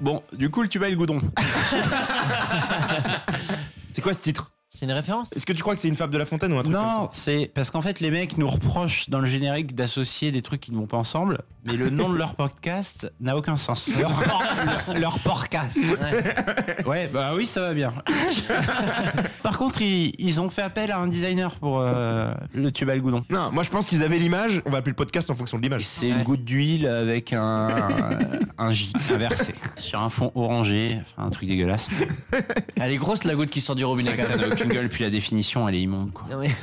Bon, du coup, le tuba et le goudron. C'est quoi ce titre ? C'est une référence ? Est-ce que tu crois que c'est une fable de La Fontaine ou un truc comme ça ? Non, c'est parce qu'en fait, les mecs nous reprochent dans le générique d'associer des trucs qui ne vont pas ensemble, mais le nom de leur podcast n'a aucun sens. Leur podcast. Ouais, bah oui, ça va bien. Par contre, ils ont fait appel à un designer pour le tuba et le goudron. Non, moi je pense qu'ils avaient l'image, on va appeler le podcast en fonction de l'image. C'est une goutte d'huile avec un J inversé sur un fond orangé, enfin un truc dégueulasse. Elle est grosse la goutte qui sort du robinet. Ça n'a aucune gueule, puis la définition elle est immonde quoi. Ah oui.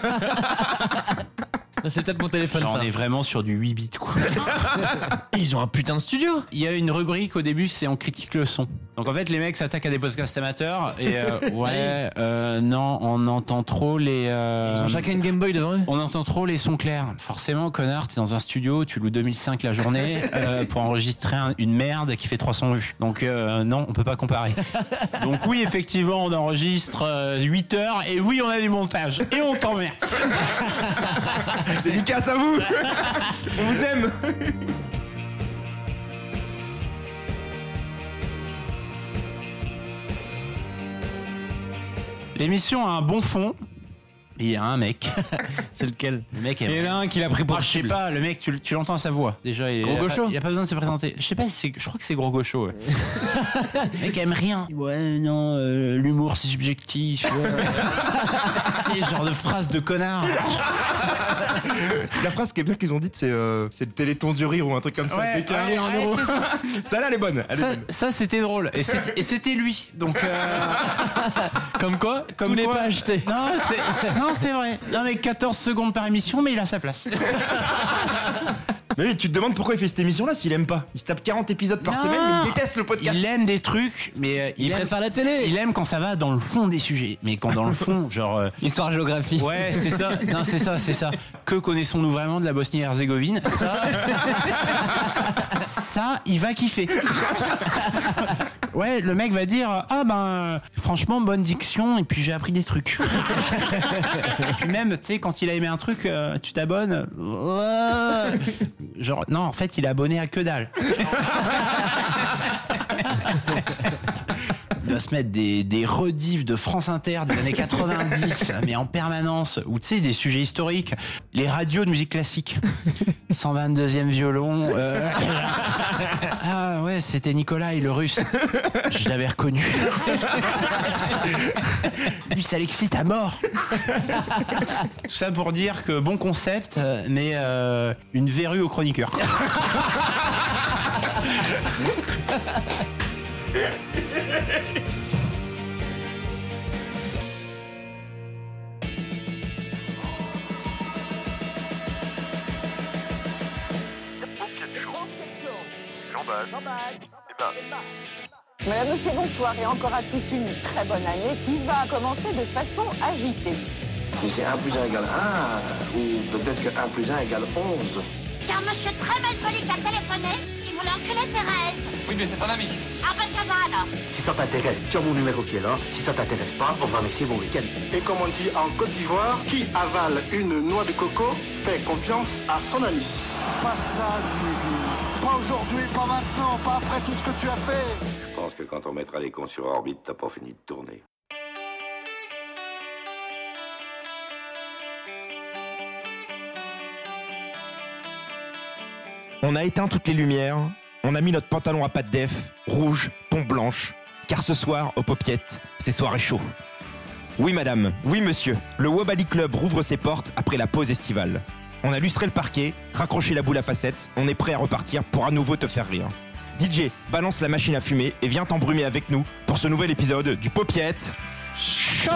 C'est peut-être mon téléphone. Genre, ça. on est vraiment sur du 8 bits quoi. Ils ont un putain de studio. Il y a une rubrique au début, c'est on critique le son. Donc en fait les mecs s'attaquent à des podcasts amateurs et non, on entend trop les... Ils ont chacun une Game Boy devant eux. On entend trop les sons clairs. Forcément, connard, t'es dans un studio, tu loues 2005 la journée pour enregistrer une merde qui fait 300 vues. Donc non, on peut pas comparer. Donc oui, effectivement, on enregistre 8 heures et oui, on a du montage et on t'emmerde. Dédicace à vous. On vous aime. L'émission a un bon fond. Et il y a un mec. C'est lequel? Le mec est... Il y en a un qui l'a pris pour je sais pas, le mec, tu l'entends à sa voix. Déjà, Gros Gaucho. Il a pas besoin de se présenter. Je sais pas, je crois que c'est Gros Gaucho. Ouais. Le mec aime rien. Ouais, non, l'humour c'est subjectif. Ouais. C'est le genre de phrase de connard. La phrase qui est bien qu'ils ont dite, c'est le Téléthon du rire ou un truc comme ça. Ouais, déclaré en ouais, euros. c'est ça. Ça là, elle est bonne. Ça c'était drôle. Et c'était lui. Donc, Comme quoi, comme tout n'est quoi- pas acheté. Non, c'est vrai. Non, mais 14 secondes par émission, mais il a sa place. Mais oui, tu te demandes pourquoi il fait cette émission-là s'il aime pas. Il se tape 40 épisodes par Non. semaine, mais il déteste le podcast. Il aime des trucs, mais Il préfère la télé. Il aime quand ça va dans le fond des sujets. Mais quand dans le fond, genre... Histoire géographie. Ouais, c'est ça. Non, c'est ça. Que connaissons-nous vraiment de la Bosnie-Herzégovine ? Ça, il va kiffer. Ouais, le mec va dire franchement bonne diction et puis j'ai appris des trucs. Et puis même, tu sais, quand il a aimé un truc, tu t'abonnes. Genre non, en fait, il est abonné à que dalle. Il va se mettre des rediffs de France Inter des années 90, mais en permanence, ou tu sais, des sujets historiques, les radios de musique classique, 122e violon, ah ouais, c'était Nikolai, le russe, je l'avais reconnu. Lui, ça l'excite à mort. Tout ça pour dire que bon concept, mais une verrue au chroniqueur. Madame, monsieur, bonsoir et encore à tous une très bonne année qui va commencer de façon agitée. Mais c'est 1 plus 1 égale 1, ou peut-être que 1 plus 1 égale 11. Car monsieur très malpoli a téléphoné, il voulait enculer Thérèse. Oui, mais c'est ton ami. Ah ben ça va alors. Si ça t'intéresse, tu as mon numéro qui est là. Si ça t'intéresse pas, on va mixer mon week-end. Et comme on dit en Côte d'Ivoire, qui avale une noix de coco fait confiance à son ami. Pas ça, Zinedine. Pas aujourd'hui, pas maintenant, pas après tout ce que tu as fait. Je pense que quand on mettra les cons sur orbite, t'as pas fini de tourner. On a éteint toutes les lumières, on a mis notre pantalon à pattes def, rouge, pompe blanche, car ce soir, au Popiettes, c'est soirée chaud. Oui madame, oui monsieur, le Wobali Club rouvre ses portes après la pause estivale. On a lustré le parquet, raccroché la boule à facettes, on est prêt à repartir pour à nouveau te faire rire. DJ, balance la machine à fumer et viens t'embrumer avec nous pour ce nouvel épisode du Popiettes Show.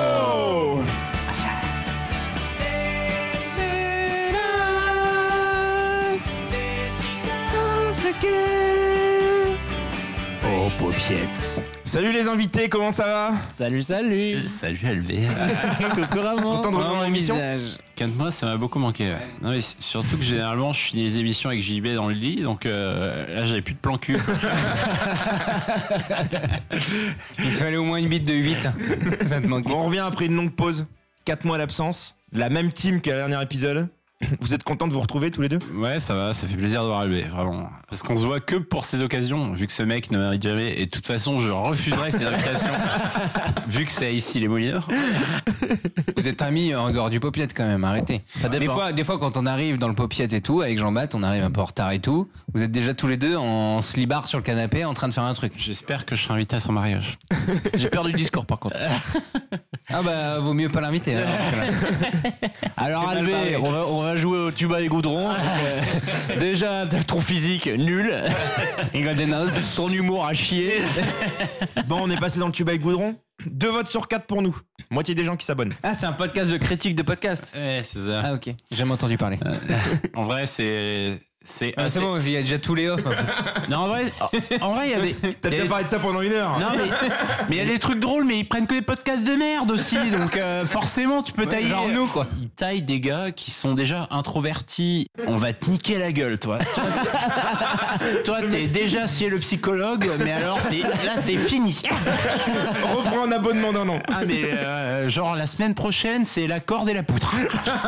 Oh, Popiettes. Salut les invités, comment ça va ? Salut. Salut Albert. Coucou Ramon. Content de revenir dans l'émission ? Moi, ça m'a beaucoup manqué. Ouais. Non, mais surtout que généralement, je finis les émissions avec JB dans le lit, donc là, j'avais plus de plan cul. Il te fallait au moins une bite de 8. Ça te manque. Bon, on revient après une longue pause. 4 mois d'absence. La même team que le dernier épisode. Vous êtes contents de vous retrouver tous les deux? Ouais, ça va, ça fait plaisir de voir Albé, vraiment. Parce qu'on se voit que pour ces occasions, vu que ce mec ne mérite jamais. Et de toute façon, je refuserai ces invitations, vu que c'est ici les Moulineurs. Vous êtes amis en dehors du Popiette quand même, arrêtez. Ça dépend. Des fois, quand on arrive dans le Popiette et tout, avec Jean-Baptiste, on arrive un peu en retard et tout. Vous êtes déjà tous les deux en slibard sur le canapé en train de faire un truc. J'espère que je serai invité à son mariage. J'ai peur du discours par contre. Ah bah, vaut mieux pas l'inviter. Alors Albé, on va jouer au tuba et goudron. Déjà, ton physique nul. Ton humour à chier. Bon, on est passé dans le tuba et le goudron. 2 votes sur 4 pour nous. Moitié des gens qui s'abonnent. Ah, c'est un podcast de critique de podcast. Ouais, c'est ça. Ah ok, j'ai jamais entendu parler. En vrai, c'est C'est bon, il y a déjà tous les offs. Non, en vrai, il y a des. T'as déjà parlé de ça pendant 1 heure. Non, mais il y a des trucs drôles, mais ils prennent que des podcasts de merde aussi. Donc, forcément, tu peux tailler. Genre nous, quoi. Ils taillent des gars qui sont déjà introvertis. On va te niquer la gueule, toi. Toi, t'es déjà chez le psychologue, mais alors, là, c'est fini. Reprends un abonnement d'un an. Ah, mais genre, la semaine prochaine, c'est la corde et la poutre.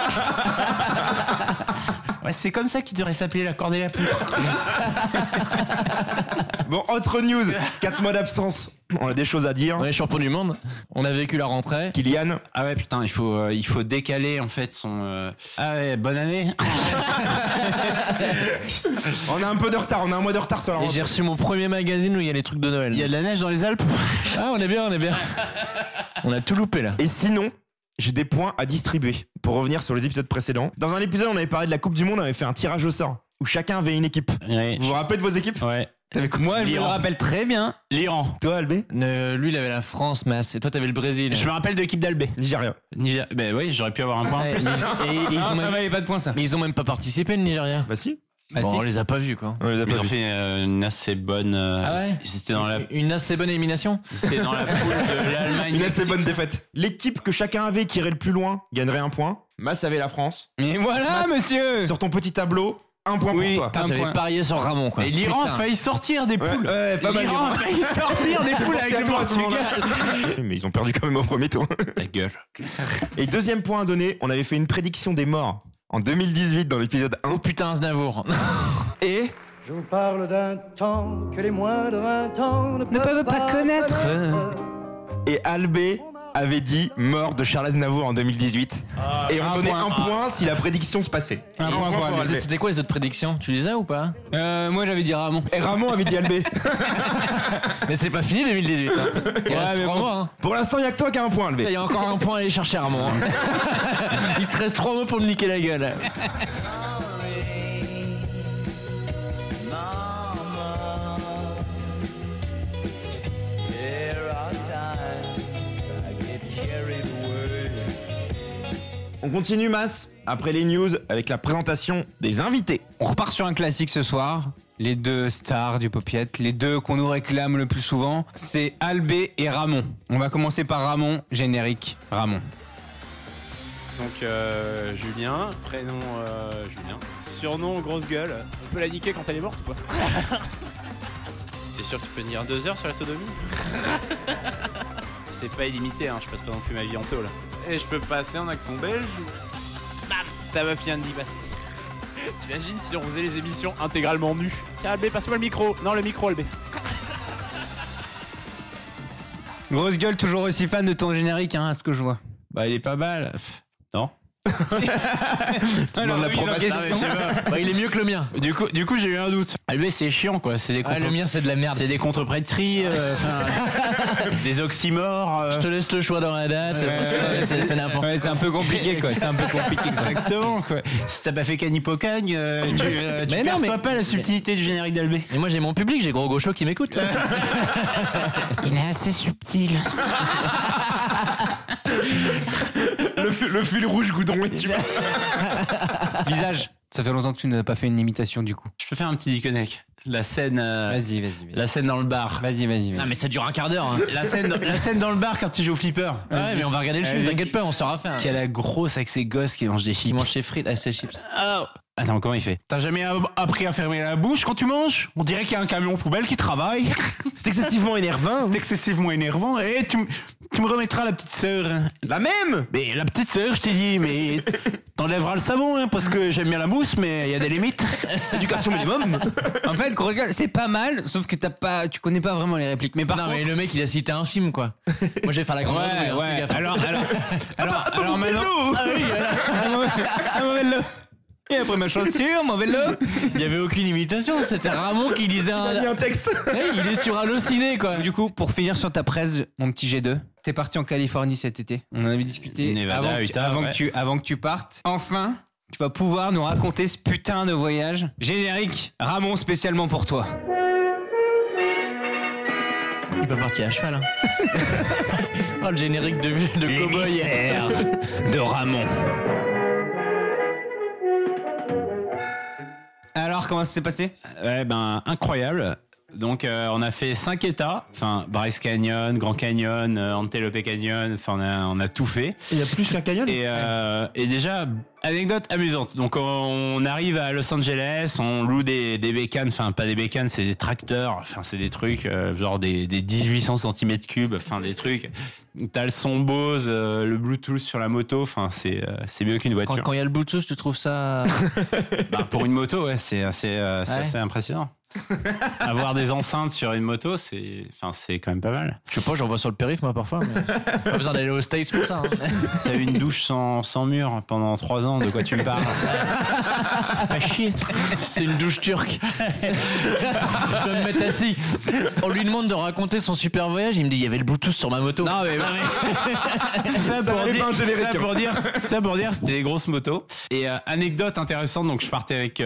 Ouais, c'est comme ça qu'il devrait s'appeler la corde et la poutre. Bon, autre news. 4 mois d'absence. On a des choses à dire. On est champion du monde. On a vécu la rentrée. Kylian. Ah ouais, putain, il faut décaler en fait son. Ah ouais, bonne année. On a un peu de retard. On a un mois de retard sur la Et rentrée. j'ai reçu mon premier magazine où il y a les trucs de Noël. Il y a de la neige dans les Alpes. Ah, on est bien. On a tout loupé là. Et sinon, j'ai des points à distribuer pour revenir sur les épisodes précédents. Dans un épisode, on avait parlé de la Coupe du Monde, on avait fait un tirage au sort où chacun avait une équipe. Ouais. Vous vous rappelez de vos équipes? Ouais. Moi, je me rappelle très bien. L'Iran. Toi, Albé? Lui, il avait la France, Mas. Et toi, t'avais le Brésil. Je me rappelle de l'équipe d'Albé. Nigeria. Ben oui, j'aurais pu avoir un point en Ouais, plus. et ils Non, ont ça même... valait pas de points, ça. Mais ils ont même pas participé, le Nigeria. Bah si. Bah, Bon, si. on les a pas vus, quoi. On les a Ils pas ont vus. fait une assez bonne. Ah ouais. C'était dans la. Une assez bonne élimination. C'était dans la poule de l'Allemagne. Une assez bonne défaite. L'équipe que chacun avait qui irait le plus loin gagnerait un point. Mas avait la France. Mais voilà, Mas, monsieur. Sur ton petit tableau, un point Oui, pour toi. t'as un J'avais point. parié sur Ramon, quoi. Et l'Iran a Putain. failli sortir des poules. Ouais, pas mal. L'Iran a failli sortir des poules avec le Portugal. Mais ils ont perdu quand même au premier tour. Ta gueule. Et deuxième point à donner, on avait fait une prédiction des morts en 2018 dans l'épisode 1. Oh putain, Aznavour. Et Je vous parle d'un temps que les moins de 20 ans ne peuvent pas connaître. Albé avait dit mort de Charles Aznavour en 2018. Et on donnait un point si la prédiction se passait. Un point pour Albé. C'était quoi les autres prédictions? Tu les as ou pas? Moi, j'avais dit Ramon. Et Ramon avait dit Albé. Mais c'est pas fini 2018. Hein. Il reste mais 3 bon. mois. Hein. Pour l'instant, il n'y a que toi qui as un point, Il Albé. y a encore un point à aller chercher, Ramon. Hein. Il te reste 3 mots pour me niquer la gueule. On continue, Mas, après les news, avec la présentation des invités. On repart sur un classique ce soir. Les deux stars du Popiette, les deux qu'on nous réclame le plus souvent, c'est Albé et Ramon. On va commencer par Ramon, générique. Ramon. Donc Julien, prénom Julien, surnom grosse gueule. On peut la niquer quand elle est morte ou pas? T'es sûr que tu peux tenir 2 heures sur la sodomie? C'est pas illimité, hein, je passe pas non plus ma vie en tôle. Et je peux passer en accent belge ou... Bam, ta meuf vient d'y passer. T'imagines si on faisait les émissions intégralement nues? Tiens Albé, passe-moi le micro. Non, le micro Albé. Grosse gueule, toujours aussi fan de ton générique, hein, à ce que je vois. Bah, il est pas mal. Non. demandes l'approbation. Bah, il est mieux que le mien. Du coup, j'ai eu un doute. Albé, c'est chiant, quoi. C'est des Ah, le mien, c'est de la merde. C'est des contre-prêtries, des oxymores. Je te laisse le choix dans la date. C'est n'importe quoi. Ouais, c'est un peu compliqué, quoi. C'est un peu compliqué. Exactement, quoi. Si t'as pas fait Canipocagne, tu Mais non, perçois mais- pas la subtilité du générique d'Albé. Et moi, j'ai mon public, j'ai Gros Gaucho qui m'écoute. Il est assez subtil. Le fil rouge goudron et tu vois. Visage. Ça fait longtemps que tu n'as pas fait une imitation, du coup. Je peux faire un petit disconnect. La scène. Vas-y. La scène dans le bar. Vas-y. Non, mais ça dure un quart d'heure. Hein. La scène dans le bar quand tu joues au flipper. Ouais, mais on va regarder le film, t'inquiète pas, on saura faire. Qui a la grosse avec ses gosses qui mangent des chips. Il mange ses frites, ses chips. Oh, Attends, comment il fait? T'as jamais appris à fermer la bouche quand tu manges? On dirait qu'il y a un camion poubelle qui travaille. C'est excessivement énervant. C'est excessivement énervant. Et tu me remettras la petite sœur. La même? Mais la petite sœur, je t'ai dit, mais t'enlèveras le savon, hein, parce que j'aime bien la mousse, mais il y a des limites. Éducation minimum. En fait, gros gars, c'est pas mal, sauf que tu connais pas vraiment les répliques. Mais par contre, mais le mec, il a cité un film, quoi. Moi, je vais faire la grande ouais, vadrouille, ouais. hein, fais gaffe. Alors maintenant, Ah oui, voilà. un mauvais lot. Et après ma chaussure, mauvais lot. Il y avait aucune imitation, c'était Ramon qui lisait Il y a un texte. Hey, il est sur Allociné, quoi. Du coup, pour finir sur ta presse, mon petit G2, t'es parti en Californie cet été. On en avait discuté Nevada, Utah, avant que tu partes. Enfin, tu vas pouvoir nous raconter ce putain de voyage. Générique, Ramon spécialement pour toi. Il va partir à cheval, hein. Oh, le générique de Cowboy. Mystère de Ramon. Alors, comment ça s'est passé? Ouais, ben, incroyable. Donc, on a fait 5 états. Enfin, Bryce Canyon, Grand Canyon, Antelope Canyon. Enfin, on a tout fait. Il y a plus qu'un canyon. Et déjà, anecdote amusante. Donc, on arrive à Los Angeles, on loue des bécanes. Enfin, pas des bécanes, c'est des tracteurs. Enfin, c'est des trucs, genre des 1800 cm3. Enfin, des trucs. T'as le son Bose, le Bluetooth sur la moto. Enfin, c'est mieux qu'une voiture. Quand il y a le Bluetooth, tu trouves ça... Bah, pour une moto, ouais, c'est assez impressionnant. Avoir des enceintes sur une moto, c'est quand même pas mal. Je sais pas, j'en vois sur le périph' moi parfois, mais pas besoin d'aller aux States pour ça. Hein. T'as eu une douche sans mur pendant 3 ans, de quoi tu me parles? Pas chier. C'est une douche turque. Je dois me mettre assis. On lui demande de raconter son super voyage, il me dit il y avait le Bluetooth sur ma moto. Non mais ça pour dire c'était des grosses motos. Et anecdote intéressante, donc je partais avec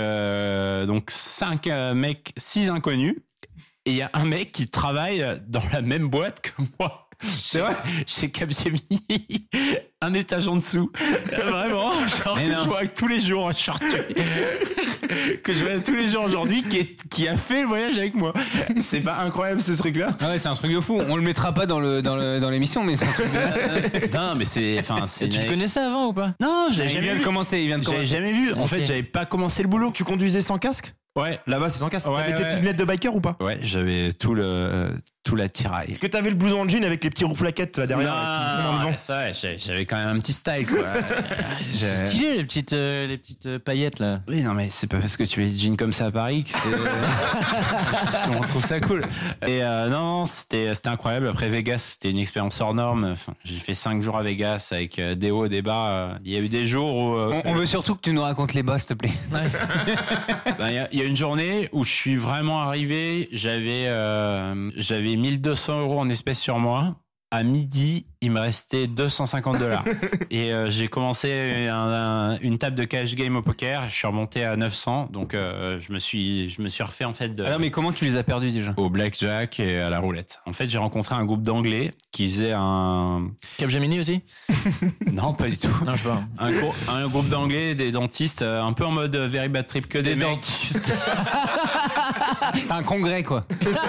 6 inconnus, et il y a un mec qui travaille dans la même boîte que moi. C'est vrai? Chez Capgemini, un étage en dessous. Vraiment, genre que je vois tous les jours que je vois tous les jours aujourd'hui, qui a fait le voyage avec moi. C'est pas incroyable ce truc-là? Ah ouais, c'est un truc de fou. On le mettra pas dans l'émission, mais c'est un truc de... Non, mais c'est tu le connaissais avant ou pas? Non, il vient de commencer. J'avais jamais vu. En fait, j'avais pas commencé le boulot. Tu conduisais sans casque? Ouais. Là-bas, c'est sans casque. Ouais, t'avais tes petites lunettes de biker ou pas? Ouais, j'avais tout l'attirail. Est-ce que t'avais le blouson en jean avec les petits roues-flaquettes là derrière qui font dans le vent? Ça, ouais, j'avais quand même un petit style, quoi. C'est stylé, les petites paillettes là. Oui, non, mais c'est pas parce que tu mets des jeans comme ça à Paris que c'est. On trouve ça cool. Et non, c'était incroyable. Après Vegas, c'était une expérience hors norme. Enfin, j'ai fait 5 jours à Vegas avec des hauts, des bas. Il y a eu des jours où. On veut surtout que tu nous racontes les boss, s'il te plaît. Ouais. Il y a une journée où je suis vraiment arrivé. J'avais 1200 € en espèces sur moi. À midi, il me restait $250. Et j'ai commencé une table de cash game au poker. Je suis remonté à 900. Donc je me suis refait en fait. Alors mais comment tu les as perdus déjà? Au blackjack et à la roulette. En fait, j'ai rencontré un groupe d'anglais qui faisait un. Capgemini aussi? Non, pas du tout. Non, je sais pas. Un groupe d'anglais, des dentistes, un peu en mode very bad trip, que des dentistes. C'était un congrès quoi.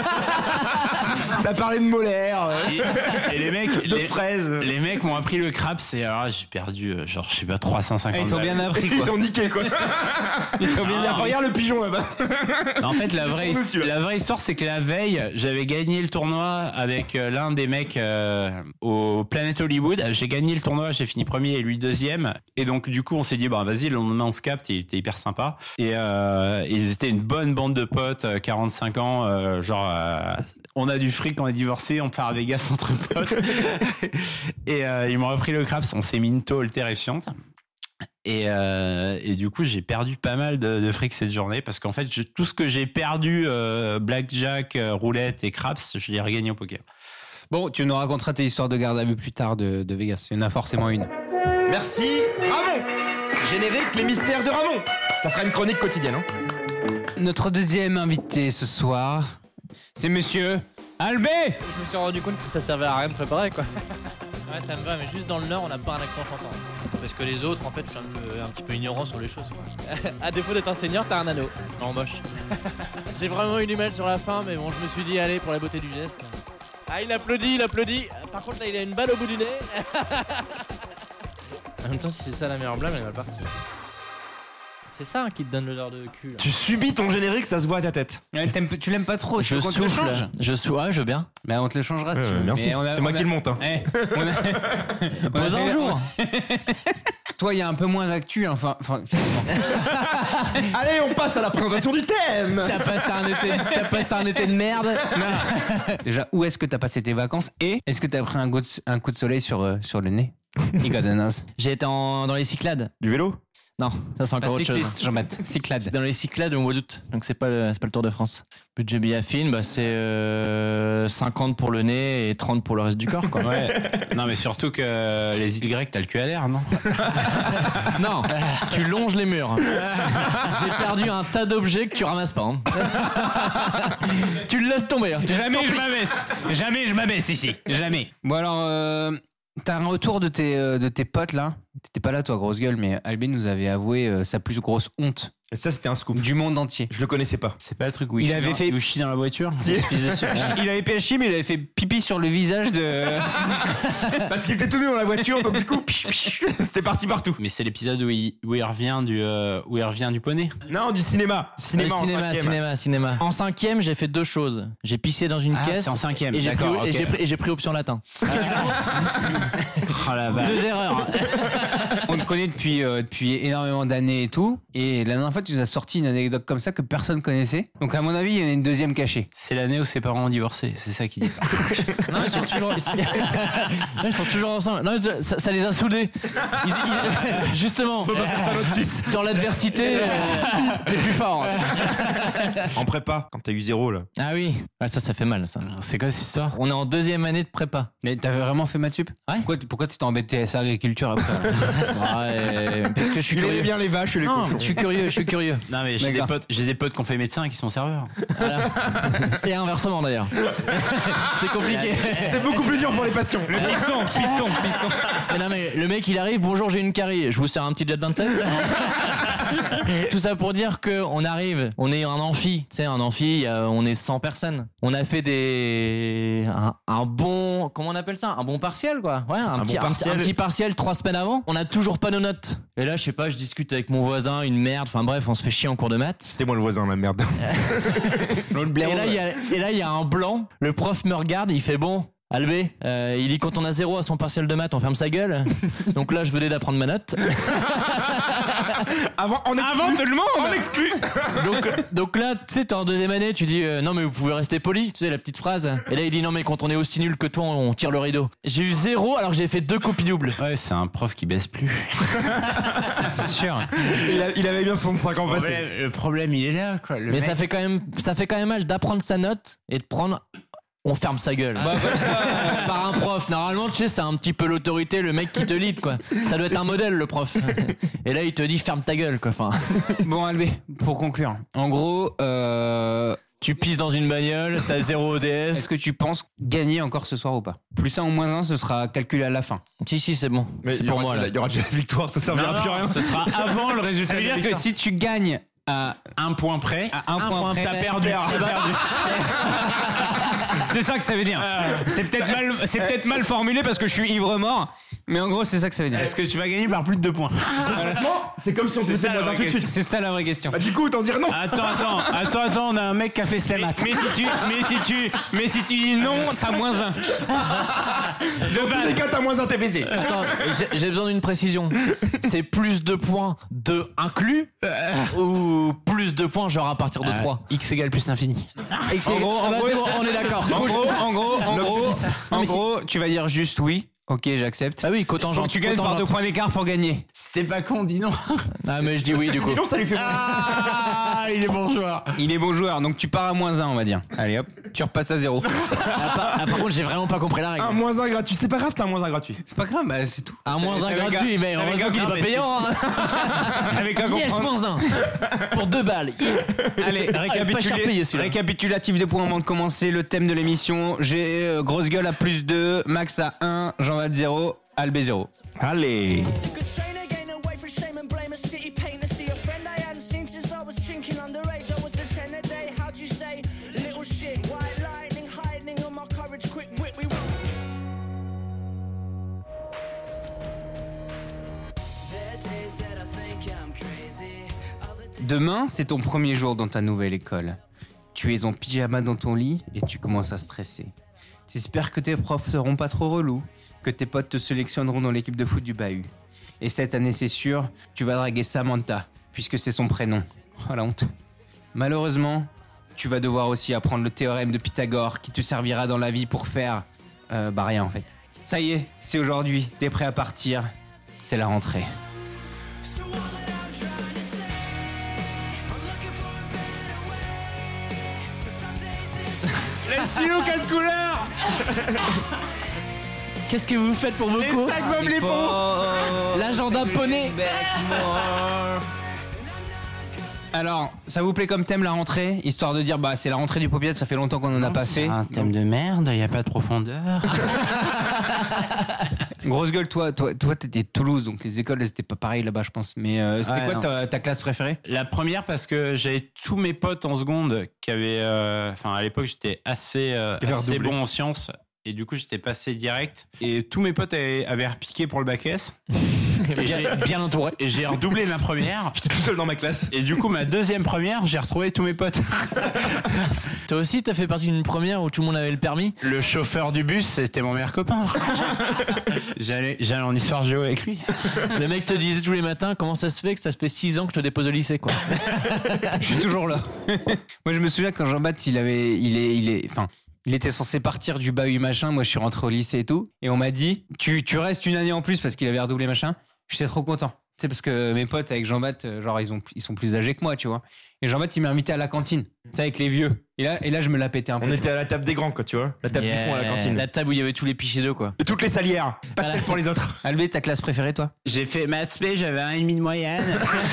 Ça parlait de molaires. Et les mecs, de fraises. Les mecs m'ont appris le craps et alors j'ai perdu genre je sais pas 350 ils t'ont bien appris quoi. Ils ont niqué quoi. Ils t'ont bien appris. Regarde le pigeon là-bas. En fait la vraie histoire c'est que la veille j'avais gagné le tournoi avec l'un des mecs au Planet Hollywood. J'ai gagné le tournoi, j'ai fini premier et lui deuxième. Et donc du coup on s'est dit bah vas-y le lendemain on se capte, il était hyper sympa. Et ils étaient une bonne bande de potes, 45 ans, on a du fric, on est divorcé, on part à Vegas entre potes. Et ils m'ont repris le craps, on s'est mis une tôle terrifiante. Et du coup, j'ai perdu pas mal de fric cette journée parce qu'en fait, tout ce que j'ai perdu, blackjack, roulette et craps, je l'ai regagné au poker. Bon, tu nous raconteras tes histoires de garde à vue plus tard de Vegas. Il y en a forcément une. Merci, Ramon. Générique, les mystères de Ramon. Ça sera une chronique quotidienne. Hein. Notre deuxième invité ce soir, c'est monsieur Albé. Je me suis rendu compte que ça servait à rien de préparer quoi. Ouais, ça me va, mais juste dans le Nord, on n'a pas un accent chantant. Parce que les autres, en fait, je suis un petit peu ignorant sur les choses. À défaut d'être un seigneur, t'as un anneau. Non, moche. J'ai vraiment eu du mal sur la fin, mais bon, je me suis dit, allez, pour la beauté du geste. Ah, il applaudit. Par contre, là, il a une balle au bout du nez. En même temps, si c'est ça la meilleure blâme, elle va partir. C'est ça qui te donne l'odeur de cul. Là. Tu subis ton générique, ça se voit à ta tête. Ouais, tu l'aimes pas trop. Je tu veux qu'on te le souffle. change Ouais, je veux bien. Bah on te le changera si tu veux. Merci. Mais C'est moi qui le monte. Hein. Pose un jour. Toi, il y a un peu moins d'actu. Enfin, Allez, on passe à la présentation du thème. T'as passé un été de merde. déjà, où est-ce que t'as passé tes vacances et est-ce que t'as pris un coup de soleil sur le nez? You got a nose. J'ai été dans les Cyclades. Du vélo? Non, ça c'est encore autre chose. Cycliste, Jean-Baptiste. Cyclade. Dans les Cyclades au mois d'août, donc c'est pas le Tour de France. Budget billet film, bah c'est 50 pour le nez et 30 pour le reste du corps, quoi. Ouais. Non, mais surtout que les îles grecques, t'as le cul à l'air, non? Non, tu longes les murs. J'ai perdu un tas d'objets que tu ramasses pas. Hein. Tu le laisses tomber. Hein. Jamais je m'abaisse ici. Jamais. Bon alors, t'as un retour de tes potes là. T'étais pas là toi, grosse gueule, mais Albé nous avait avoué sa plus grosse honte. Et ça, c'était un scoop. Du monde entier. Je le connaissais pas. C'est pas le truc où il avait fait chie dans la voiture? Si. Il avait fait chier, mais il avait fait pipi sur le visage de. Parce qu'il était tout nu dans la voiture, donc du coup, c'était parti partout. Mais c'est l'épisode où il revient du poney. Non, du cinéma. Cinéma. En 5e, j'ai fait 2 choses. J'ai pissé dans une caisse. C'est en 5e. Et j'ai D'accord, pris, j'ai pris option latin. Oh la vache. 2 erreurs. On te connaît depuis énormément d'années et tout. Et la dernière fois, tu nous as sorti une anecdote comme ça que personne connaissait. Donc, à mon avis, il y en a une deuxième cachée. C'est l'année où ses parents ont divorcé. C'est ça qu'il dit. Non, ils sont toujours ensemble. Non, ça les a soudés. Justement. On peut pas faire ça à notre fils. Dans l'adversité, t'es plus fort. En prépa, quand t'as eu 0 là. Ah oui. Ouais, ça fait mal, ça. C'est quoi cette histoire? On est en 2e année de prépa. Mais t'avais vraiment fait maths sup? Ouais. Pourquoi tu t'es embêté à ça, agriculture après? Ouais, parce que je suis Il curieux. aimait bien les vaches et les Non, cochons. je suis curieux. Non, mais j'ai des potes qui ont fait médecin et qui sont serveurs. Voilà. Et inversement d'ailleurs. C'est compliqué. C'est beaucoup plus dur pour les passions. Le piston. Mais non, mais le mec il arrive, bonjour, j'ai une carie. Je vous sers un petit jet 27. Tout ça pour dire qu'on arrive, on est un amphi, tu sais, on est 100 personnes. On a fait un bon, comment on appelle ça? Un bon partiel, quoi. Ouais, un petit partiel 3 semaines avant. On a toujours pas nos notes. Et là, je sais pas, je discute avec mon voisin, une merde. Enfin bref, on se fait chier en cours de maths. C'était moi le voisin, la merde. Et là, il y a un blanc. Le prof me regarde, il fait bon. Albé, il dit quand on a 0 à son partiel de maths, on ferme sa gueule. Donc là, je venais d'apprendre ma note. Avant tout le monde. On exclut. Donc là, tu sais, t'es en 2e année, tu dis non mais vous pouvez rester poli, tu sais la petite phrase. Et là, il dit non mais quand on est aussi nul que toi, on tire le rideau. J'ai eu 0 alors que j'ai fait 2 copies doubles. Ouais, c'est un prof qui baisse plus. C'est sûr. Il avait bien 65 ans passés. Le problème, il est là, quoi. Mais ça fait quand même mal d'apprendre sa note et de prendre. On ferme sa gueule. Par un prof. Normalement, tu sais, c'est un petit peu l'autorité, le mec qui te lead, quoi. Ça doit être un modèle, le prof. Et là, il te dit ferme ta gueule, quoi. Enfin. Bon, Albé, pour conclure. En gros, tu pisses dans une bagnole, t'as 0 ODS. Est-ce que tu penses gagner encore ce soir ou pas? Plus 1 ou moins 1, ce sera calculé à la fin. Si, c'est bon. Mais c'est pour moi, là. Il y aura déjà la victoire, ça servira plus à rien. Ce sera avant le résultat. Ça veut dire que si tu gagnes à 1 point près, t'as perdu. C'est ça que ça veut dire. C'est peut-être mal formulé parce que je suis ivre-mort, mais en gros, c'est ça que ça veut dire. Est-ce que tu vas gagner par plus de 2 points? Honnêtement, c'est comme si on faisait moins 1 tout de suite. C'est ça la vraie question. Bah, du coup, autant dire non. Attends, on a un mec qui a fait spam maths. Mais si tu dis non, t'as moins 1. Dans tous les cas, t'as moins 1 TPC. Attends, j'ai besoin d'une précision. C'est plus de points de inclus ou plus de points genre à partir de 3? X égale plus l'infini. En gros, c'est bon, on est d'accord. En gros, tu vas dire juste oui. Ok, j'accepte. Ah oui, cotangente. Tu gagnes par 2 points d'écart pour gagner. C'était pas con, dis non. Ah, mais je dis oui, du coup. Sinon, ça lui fait Ah, il est bon joueur. Il est bon joueur, donc tu pars à moins 1, on va dire. Allez hop, tu repasses à 0. Par contre, j'ai vraiment pas compris la règle. Un moins 1 gratuit. C'est pas grave, t'as un moins 1 gratuit. C'est pas grave, bah c'est tout. Un moins 1 gratuit, mais heureusement qu'il est pas payant. Avec un yes, moins 1. Pour 2 balles. Allez, récapitulatif des points avant de commencer le thème de l'émission. J'ai grosse gueule à plus 2, Max à 1, Jean-Val 0, Albé 0. Allez. Demain, c'est ton premier jour dans ta nouvelle école. Tu es en pyjama dans ton lit et tu commences à stresser. T'espères que tes profs seront pas trop relous, que tes potes te sélectionneront dans l'équipe de foot du bahut. Et cette année, c'est sûr, tu vas draguer Samantha, puisque c'est son prénom. Oh la honte. Malheureusement, tu vas devoir aussi apprendre le théorème de Pythagore qui te servira dans la vie pour faire... rien en fait. Ça y est, c'est aujourd'hui, t'es prêt à partir, c'est la rentrée. Les stylos 4 couleurs. Qu'est-ce que vous faites pour vos courses? Les sacs Bob l'éponge. L'agenda poney. Alors, ça vous plaît comme thème la rentrée? Histoire de dire, c'est la rentrée du Popiette, ça fait longtemps qu'on en a pas fait. C'est un thème de merde, il n'y a pas de profondeur. Grosse gueule, toi t'étais de Toulouse, donc les écoles, elles étaient pas pareilles là-bas, je pense. Mais c'était quoi ta classe préférée? La première, parce que j'avais tous mes potes en seconde qui avaient... à l'époque, j'étais assez bon en sciences. Et du coup, j'étais passé direct. Et tous mes potes avaient repiqué pour le bac S. Bien entouré. Et j'ai redoublé ma première. J'étais tout seul dans ma classe. Et du coup, ma deuxième première, j'ai retrouvé tous mes potes. Toi aussi, t'as fait partie d'une première où tout le monde avait le permis? Le chauffeur du bus, c'était mon meilleur copain. J'allais en histoire géo avec lui. Le mec te disait tous les matins, comment ça se fait que ça se fait 6 ans que je te dépose au lycée, quoi. Je suis toujours là. Moi, je me souviens quand Jean-Baptiste, il était censé partir du bahut machin. Moi, je suis rentré au lycée et tout. Et on m'a dit, tu restes une année en plus parce qu'il avait redoublé machin. J'étais trop content. Tu sais, parce que mes potes avec Jean-Baptiste, ils sont plus âgés que moi, tu vois. Et Jean-Baptiste, il m'a invité à la cantine. Tu sais, avec les vieux. Et là, je me la pétais un peu. On était à la table des grands, quoi, tu vois. La table du fond à la cantine. La table où il y avait tous les pichets d'eau, quoi. Et toutes les salières. Pas de celle pour les autres. Albé, ta classe préférée, toi? J'ai fait maths P, j'avais 1,5 de moyenne.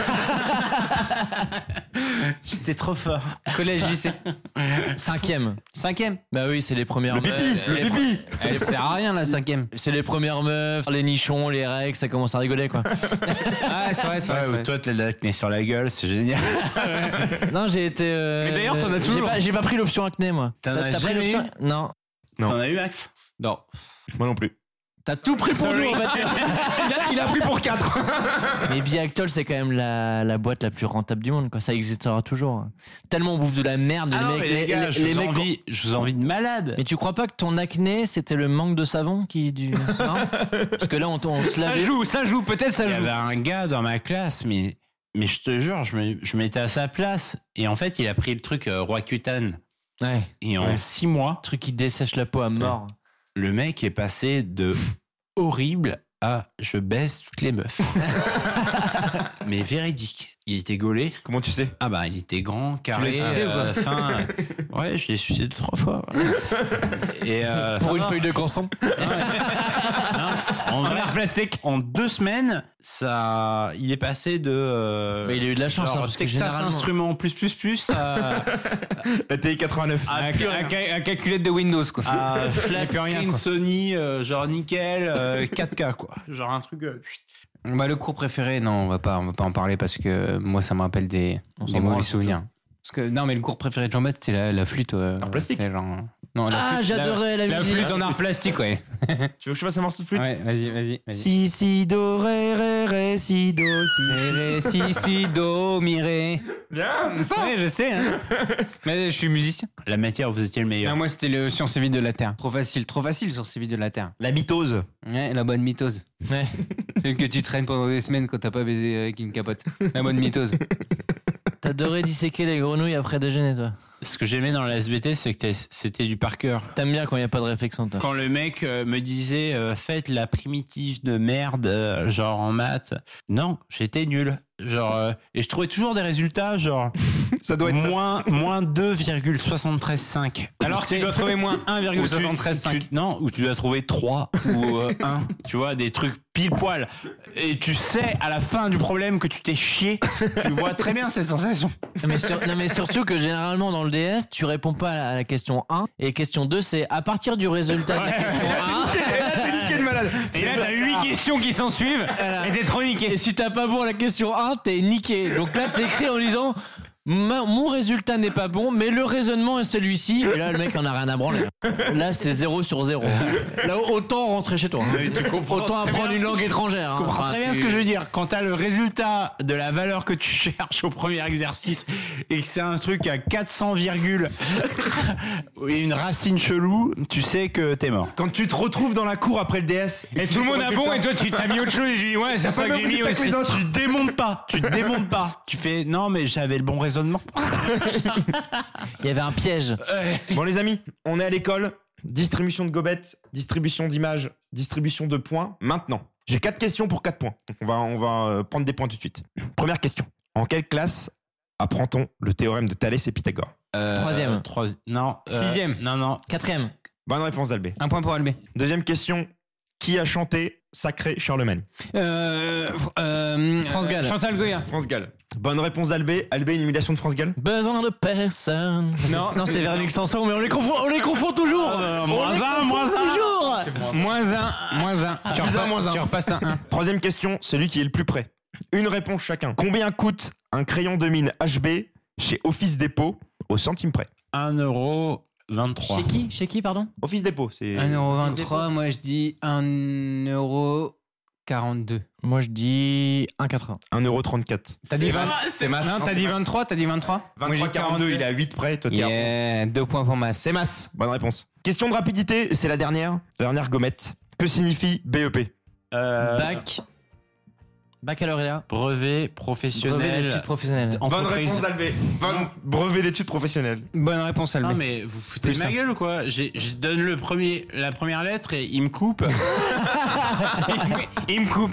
J'étais trop fort. Collège, lycée. 5e. Bah oui, c'est les premières le pipi. Elle sert à rien, la 5e. C'est les premières meufs, les nichons, les règles, ça commence à rigoler, quoi. Ah, c'est vrai. Toi, t'as l'acné sur la gueule, c'est génial. Non, j'ai été... Mais d'ailleurs, t'en as toujours. J'ai pas pris l'option acné, moi. T'as pris l'option... Non. T'en as eu, Max? Non. Moi non plus. T'as tout pris pour nous, en fait. Il a pris pour 4. Mais Biactol, c'est quand même la boîte la plus rentable du monde, quoi. Ça existera toujours. Tellement on bouffe de la merde. Les gars, je vous envie de malade. Mais tu crois pas que ton acné, c'était le manque de savon non? Parce que là, on se lavait. Ça joue, peut-être ça joue. Il y avait un gars dans ma classe, mais je te jure, je m'étais à sa place. Et en fait, il a pris le truc Roaccutane. Ouais. Et en 6 mois... Le truc qui dessèche la peau à mort. Le mec est passé de horrible à je baisse toutes les meufs. Mais véridique. Il était gaulé. Comment tu sais? Ah il était grand, carré, fin. Ouais, je l'ai sucé 2-3 fois. Et pour une feuille de canson. En verre plastique. En 2 semaines, il est passé de. Mais il a eu de la chance, parce que Texas Instruments plus à la TI-89. À calculette de Windows, quoi. À flat screen Sony, genre nickel, 4K, quoi. Genre un truc. Le cours préféré, non, on va pas en parler parce que moi, ça me rappelle des mauvais souvenirs. Parce que, non, mais le cours préféré de Jean-Baptiste, c'était la flûte. En plastique. J'adorais la musique. La flûte en art plastique, ouais. Tu veux que je fasse un morceau de flûte? Ouais, vas-y. Si, do, ré, si, do, si, do, mi, ré. Bien, c'est ça. Ouais, je sais, hein. Mais je suis musicien. La matière, vous étiez le meilleur. Non, moi, c'était le Sciences et Vie de la Terre. Trop facile, Sciences et Vie de la Terre. La mitose. Ouais, la bonne mitose. Ouais. Celle que tu traînes pendant des semaines quand t'as pas baisé avec une capote. La bonne mitose. T'adorais disséquer les grenouilles après déjeuner, toi. Ce que j'aimais dans la SVT, c'est que c'était du par cœur. T'aimes bien quand il n'y a pas de réflexion, toi. Quand le mec me disait faites la primitive de merde, genre en maths. Non, j'étais nul. Genre, et je trouvais toujours des résultats, genre. Ça doit être moins 2,735. Alors tu dois trouver moins 1,735. Non, ou tu dois trouver 3 ou 1. Tu vois, des trucs pile poil. Et tu sais à la fin du problème que tu t'es chié. Tu vois très bien cette sensation. Non, mais surtout que généralement dans le DS, tu réponds pas à la question 1. Et question 2, c'est à partir du résultat de la question 1. Et là, t'as 8 questions qui s'en suivent. Et t'es trop niqué. Et si t'as pas bon à la question 1, t'es niqué. Donc là, t'écris en disant Mon résultat n'est pas bon, mais le raisonnement est celui-ci. Et là, le mec en a rien à branler. Là, c'est 0 sur 0. Là, autant rentrer chez toi. Autant apprendre une langue étrangère. Tu comprends très bien ce que je veux dire. Quand t'as le résultat de la valeur que tu cherches au premier exercice et que c'est un truc à 400 virgules et une racine chelou, tu sais que t'es mort. Quand tu te retrouves dans la cour après le DS Et tout le monde a bon et toi tu t'as mis autre chose et tu dis ouais c'est ça que j'ai mis aussi. Tu te démontes pas. Tu fais non mais j'avais le bon raisonnement. Il y avait un piège. Bon les amis, on est à l'école. Distribution de gobettes, distribution d'images, distribution de points. Maintenant, j'ai 4 questions pour 4 points. Donc on va prendre des points tout de suite. Première question. En quelle classe apprend-on le théorème de Thalès et Pythagore? Troisième. Non. Sixième. Non. Quatrième. Bonne réponse d'Albé. Un point pour Albé. Deuxième question. Qui a chanté Sacré Charlemagne? France Gall. Chantal Goya. France Gall. Bonne réponse d'Albé. Albé, une humiliation de France Gall? Besoin de personne. Non, c'est Véronique Sanson, mais on les confond toujours. Moins un. Toujours. Moins un. Tu repasses un 1. Troisième question. Celui qui est le plus près. Une réponse chacun. Combien coûte un crayon de mine HB chez Office Dépôt au centime près? 1,23€. Chez qui, pardon? Office Dépôt, c'est... 1,23€, moi je dis 1,42€. Moi, je dis 1,80. 1,34€. T'as dit 20. C'est Mas. Non, t'as dit 23, t'as dit 23. 23,42, il est à 8 près, toi t'es Yeah, 2 points pour Mas. C'est Mas, bonne réponse. Question de rapidité, c'est la dernière gommette. Que signifie BEP? Baccalauréat. Brevet professionnel. Brevet d'études professionnelles. Bonne réponse d'Albé. Brevet d'études professionnelles. Bonne réponse Albé. Non mais vous foutez de ma gueule ou quoi? Je donne la première lettre et il me coupe. Il me coupe.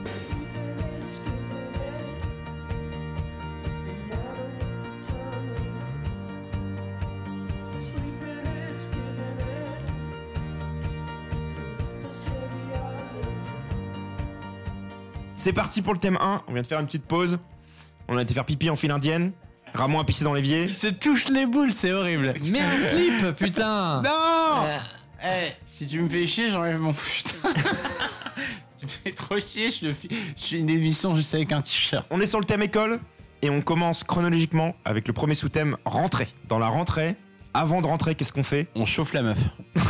C'est parti pour le thème 1. On vient de faire une petite pause. On a été faire pipi en file indienne. Ramon a pissé dans l'évier. Il se touche les boules, c'est horrible. Mais un slip, putain. Non. Si tu me fais chier, j'enlève mon putain. Si tu me fais trop chier, je fais une émission juste avec un t-shirt. On est sur le thème école et on commence chronologiquement avec le premier sous-thème rentrée. Dans la rentrée, avant de rentrer, qu'est-ce qu'on fait? On chauffe la meuf.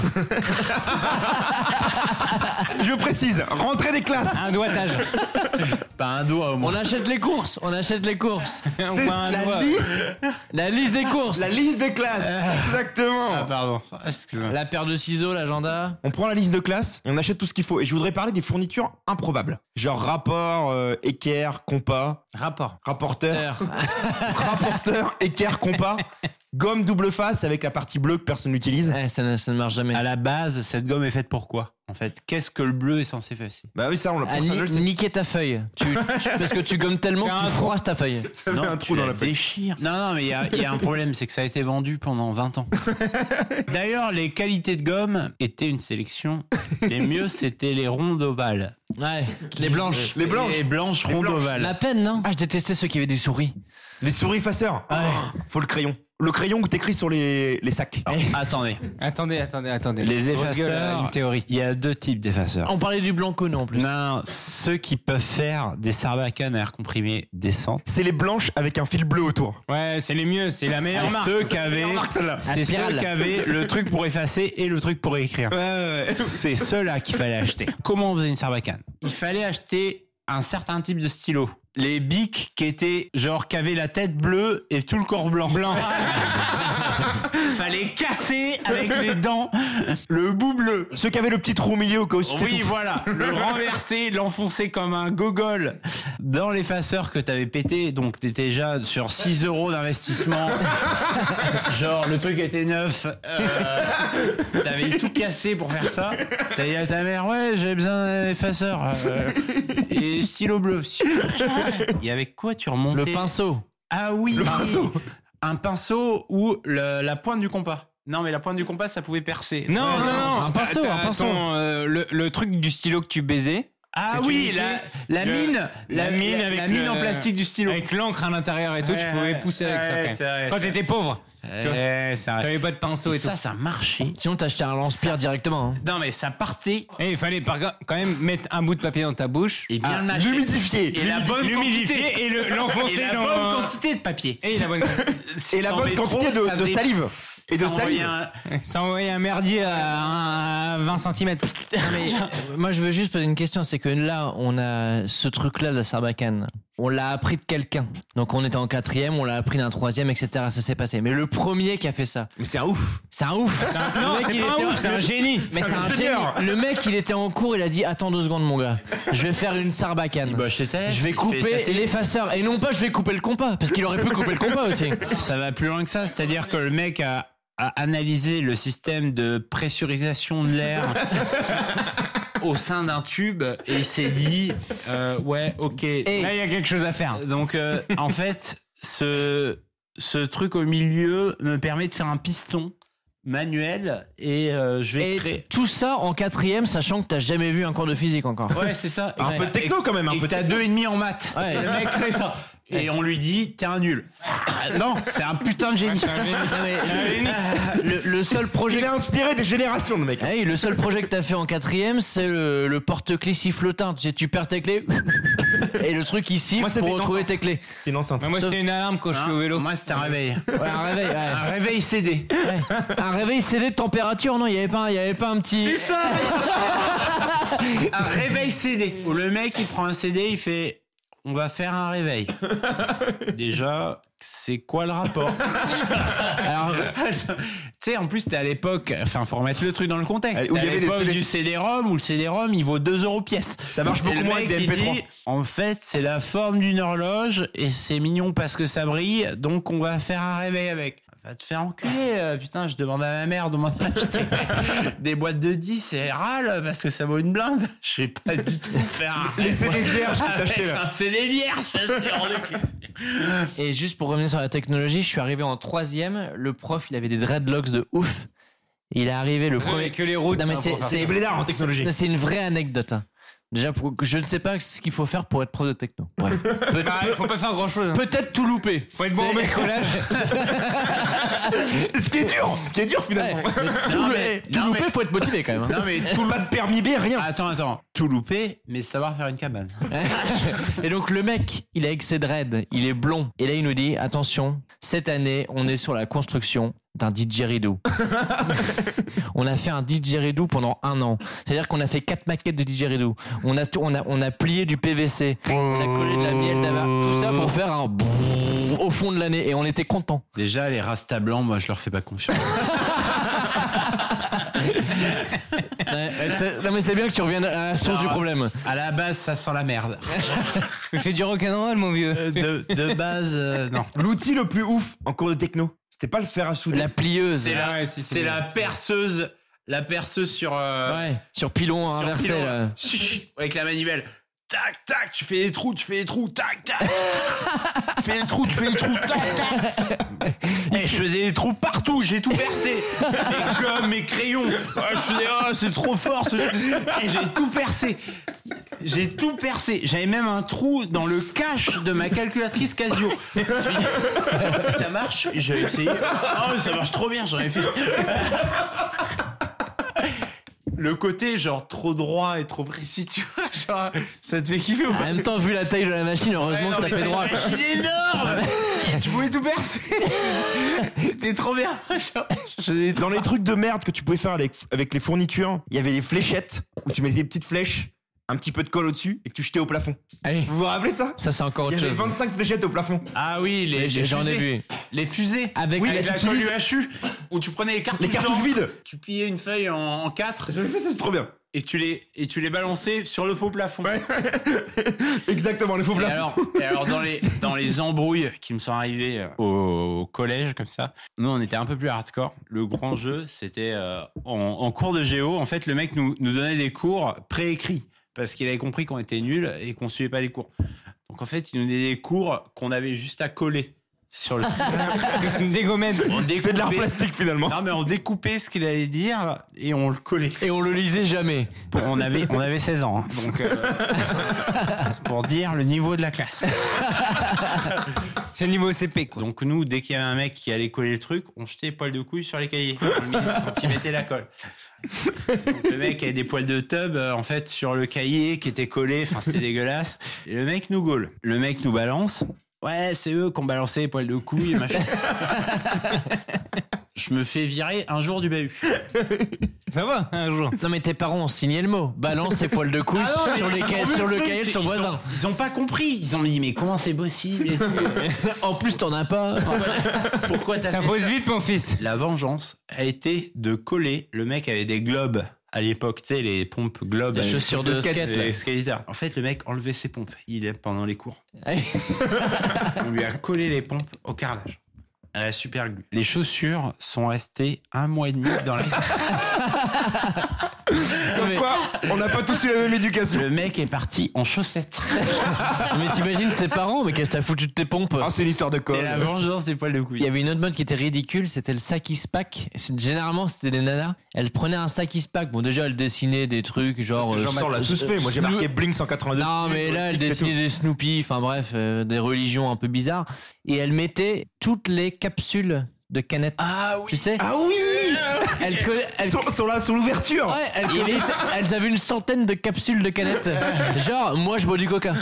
Je précise, rentrée des classes. Un doigtage. Pas un doigt au moins. On achète les courses. C'est La liste des courses. la liste des classes. Exactement. Ah pardon. Excuse-moi. La paire de ciseaux, l'agenda. On prend la liste de classe et on achète tout ce qu'il faut. Et je voudrais parler des fournitures improbables. Genre rapport, équerre, compas. Rapporteur, équerre, compas. Gomme double face avec la partie bleue que personne n'utilise. Ça ne marche jamais. À la base, cette gomme est faite pour quoi? En fait, qu'est-ce que le bleu est censé faire ici? Bah oui, ça, personne ne le sait. Niquer ta feuille. Parce que tu gommes tellement que tu froisses ta feuille. Ça fait un trou dans la feuille. Déchire. Non, mais il y a un problème, c'est que ça a été vendu pendant 20 ans. D'ailleurs, les qualités de gomme étaient une sélection. Les mieux, c'était les rondes ovales. Ouais, les blanches. Les blanches. Les blanches rondes ovales. La peine, non? Ah, je détestais ceux qui avaient des souris. Les souris effaceurs. Ouais. Faut le crayon. Le crayon où t'écris sur les sacs. Attendez. Les effaceurs, une théorie. Il y a 2 types d'effaceurs. On parlait du blanco, non, en plus. Non, ceux qui peuvent faire des sarbacanes à air comprimé décentes. C'est les blanches avec un fil bleu autour. Ouais, c'est les mieux, c'est la meilleure marque. C'est ceux qui avaient le truc pour effacer et le truc pour écrire. Ouais. C'est ceux-là qu'il fallait acheter. Comment on faisait une sarbacane? Il fallait acheter un certain type de stylo. Les bics qui étaient genre qui avaient la tête bleue et tout le corps blanc. Fallait casser avec les dents le bout bleu. Ceux qui avaient le petit trou au milieu au cas où tu Oui, t'étouffes. voilà. Le renverser, l'enfoncer comme un gogol dans l'effaceur que t'avais pété. Donc t'étais déjà sur 6 € d'investissement. Genre le truc était neuf. T'avais tout cassé pour faire ça. T'as dit à ta mère, ouais, j'avais besoin d'un effaceur. Et stylo bleu. Et avec quoi tu remontais? Le pinceau. Ah oui. Le pinceau. Un pinceau ou la pointe du compas. Non, mais la pointe du compas, ça pouvait percer. Non. Un pinceau. Le truc du stylo que tu baisais. Ah Que tu oui, niquais. la mine avec la mine mine en plastique du stylo. Avec l'encre à l'intérieur et tout, tu pouvais pousser avec ça. Ouais, Quand c'est même. vrai, Quand c'est t'étais pauvre, tu vois, c'est vrai. t'avais pas de pinceau et tout. Ça marchait. Sinon, t'achetais un lance-pierre directement. Hein. Non, mais ça partait. Et il fallait quand même mettre un bout de papier dans ta bouche. Et bien mâcher. L'humidifier. Et la bonne quantité. et l'enfoncer Et la dans bonne quantité de papier. Et la bonne Et la bonne quantité de salive. Et de salive. Ça envoyait un merdier à 20 cm. Moi, je veux juste poser une question. C'est que là, on a ce truc-là, la Sarbacane. On l'a appris de quelqu'un. Donc, on était en 4e, on l'a appris d'un 3e, etc. Ça s'est passé. Mais le premier qui a fait ça. Mais c'est un ouf. C'est un ouf. Non, c'est pas un ouf, c'est un génie. Mais c'est un génie. Le mec, il était en cours, il a dit attends 2 secondes, mon gars. Je vais faire une Sarbacane. Je vais couper l'effaceur. Et non pas, je vais couper le compas. Parce qu'il aurait pu couper le compas aussi. Ça va plus loin que ça. C'est-à-dire que le mec a analysé le système de pressurisation de l'air au sein d'un tube et il s'est dit ouais, ok. Et là, il y a quelque chose à faire. Donc, en fait, ce truc au milieu me permet de faire un piston manuel et je vais créer. Tout ça en 4e, sachant que t'as jamais vu un cours de physique encore. Ouais, c'est ça. Un peu de techno quand même. Et que t'as 2,5 en maths. Ouais. Et le mec crée ça. Et on lui dit, t'es un nul. Non, c'est un putain de génie. Le seul projet. Il est inspiré des générations, le mec. Ouais, le seul projet que t'as fait en 4e, c'est le porte-clés sifflotin. Tu sais, tu perds tes clés et le truc il siffle pour retrouver tes clés. C'est une enceinte. Moi, c'était une alarme quand je suis au vélo. Moi, c'était un réveil. Ouais, un réveil. Ouais. Un réveil CD. Ouais. Un réveil CD de température, non? Il y avait pas un petit. C'est ça. Un réveil CD. Où le mec, il prend un CD, il fait. On va faire un réveil. Déjà, c'est quoi le rapport? Alors, tu sais, en plus, c'était à l'époque, enfin, faut remettre le truc dans le contexte. Où il y à avait l'époque des CD. du CD-ROM, où le CD-ROM, il vaut 2 € pièce. Ça marche beaucoup moins avec des il MP3. dit, en fait, c'est la forme d'une horloge et c'est mignon parce que ça brille, donc on va faire un réveil avec. Va te faire enculer, putain, je demande à ma mère de m'en acheter des boîtes de 10 et râle parce que ça vaut une blinde. Je sais pas du tout faire un Les CD vierges que t'as acheté là. un CD vierge, c'est hors de question. Et juste pour revenir sur la technologie, je suis arrivé en 3e. Le prof, il avait des dreadlocks de ouf. Il est arrivé le premier. Que les routes. Non, mais C'est les blédards en technologie. C'est une vraie anecdote. Hein. Déjà, je ne sais pas ce qu'il faut faire pour être prof de techno. Bref. Il faut pas faire grand chose. Peut-être tout louper. Faut être bon en bricolage. Ce qui est dur finalement. Tout louper, faut être motivé quand même. Hein. Non mais Pas de permis B, rien. Attends, tout loupé, mais savoir faire une cabane. Et donc le mec, il a avec ses dreads, il est blond. Et là, il nous dit attention, cette année, on est sur la construction d'un didgeridoo. On a fait un didgeridoo pendant 1 an. C'est-à-dire qu'on a fait 4 maquettes de didgeridoo. On a plié du PVC. On a collé de la miel d'Ava. Tout ça pour faire un au fond de l'année. Et on était contents. Déjà, les Rasta blancs, moi, je leur fais pas confiance. Non mais c'est bien que tu reviennes à la source du problème. À la base, ça sent la merde. Tu fais du rock'n'roll, mon vieux. De base, non. L'outil le plus ouf en cours de techno, c'était pas le fer à souder. La plieuse. C'est la perceuse. La perceuse sur. Ouais, sur pilon sur inversé. pilon, Là. avec la manivelle. Tac, tac, tu fais des trous, tac, tac. Tu fais des trous, tac, tac. Et je faisais des trous partout, j'ai tout percé. Mes gommes, mes crayons. Je faisais, c'est trop fort. Et j'ai tout percé. J'avais même un trou dans le cache de ma calculatrice Casio. Je me suis dit, est-ce que ça marche? J'ai essayé. Oh, ça marche trop bien, j'en ai fait. Le côté genre trop droit et trop précis, tu vois, genre ça te fait kiffer ou En pas? même temps, vu la taille de la machine, heureusement que ça fait droit. La machine est énorme. Tu pouvais tout percer. C'était trop bien. Dans les trucs de merde que tu pouvais faire avec les fournitures, il y avait des fléchettes où tu mettais des petites flèches, un petit peu de colle au-dessus et que tu jetais au plafond. Allez. Vous vous rappelez de ça? Ça, c'est encore Il y autre avait chose. 25 fléchettes au plafond. Ah oui, les J'en ai fusées. vu. Les fusées. Avec Oui, Avec là, la tu colle utilises- UHU où tu prenais les cartouches. Les cartouches vides. Tu pliais une feuille en 4 J'avais fait ça, c'est trop bien. et tu les balançais sur le faux plafond. Exactement, les faux plafonds. Et alors dans les embrouilles qui me sont arrivées au collège comme ça, nous on était un peu plus hardcore. Le grand jeu, c'était en cours de géo, en fait le mec nous donnait des cours préécrits parce qu'il avait compris qu'on était nuls et qu'on suivait pas les cours. Donc en fait, il nous donnait des cours qu'on avait juste à coller. sur le. Des gommettes. C'est de l'art plastique finalement. Non mais on découpait ce qu'il allait dire et on le collait. Et on le lisait jamais. Bon, on avait 16 ans, hein, donc pour dire le niveau de la classe. C'est niveau CP quoi. Donc nous, dès qu'il y avait un mec qui allait coller le truc, on jetait les poils de couilles sur les cahiers quand il mettait la colle. Donc, le mec avait des poils de tub en fait sur le cahier qui était collé, enfin c'était dégueulasse. Et le mec nous gaule. Le mec nous balance. Ouais, c'est eux qui ont balancé les poils de couilles, machin. Je me fais virer un jour du bahut. Ça va, un jour. Non mais tes parents ont signé le mot. Balance ses poils de couilles sur le cahier de son voisin. Ils ont pas compris. Ils ont dit mais comment c'est possible et tout. En plus t'en as pas. Pourquoi t'as ça fait pose ça vite mon fils. La vengeance a été de coller. Le mec avait des globes à l'époque, tu sais, les pompes globes. Les chaussures de skate. Les skaters. En fait, le mec enlevait ses pompes. Il est pendant les cours. On lui a collé les pompes au carrelage. À la super glue. Les chaussures sont restées 1 mois et demi dans la. Comme quoi, on n'a pas tous eu la même éducation. Le mec est parti en chaussettes. Mais t'imagines ses parents, mais qu'est-ce que t'as foutu de tes pompes? Ah, c'est une histoire de colle. C'est la vengeance des poils de couilles. Il y avait une autre mode qui était ridicule, c'était le Sakispak. Généralement, c'était des nanas. Elles prenaient un Sakispak. Bon, déjà, elles dessinaient des trucs genre. On l'a tous fait. Moi, j'ai marqué Blink 182. Non, mais là, elles dessinaient des Snoopy, enfin bref, des religions un peu bizarres. Et elles mettaient toutes les capsules de canettes. Ah oui. Tu sais? Ah oui. Elles sont là sur l'ouverture. Ouais, elles avaient une centaine de capsules de canettes. Genre, moi je bois du coca.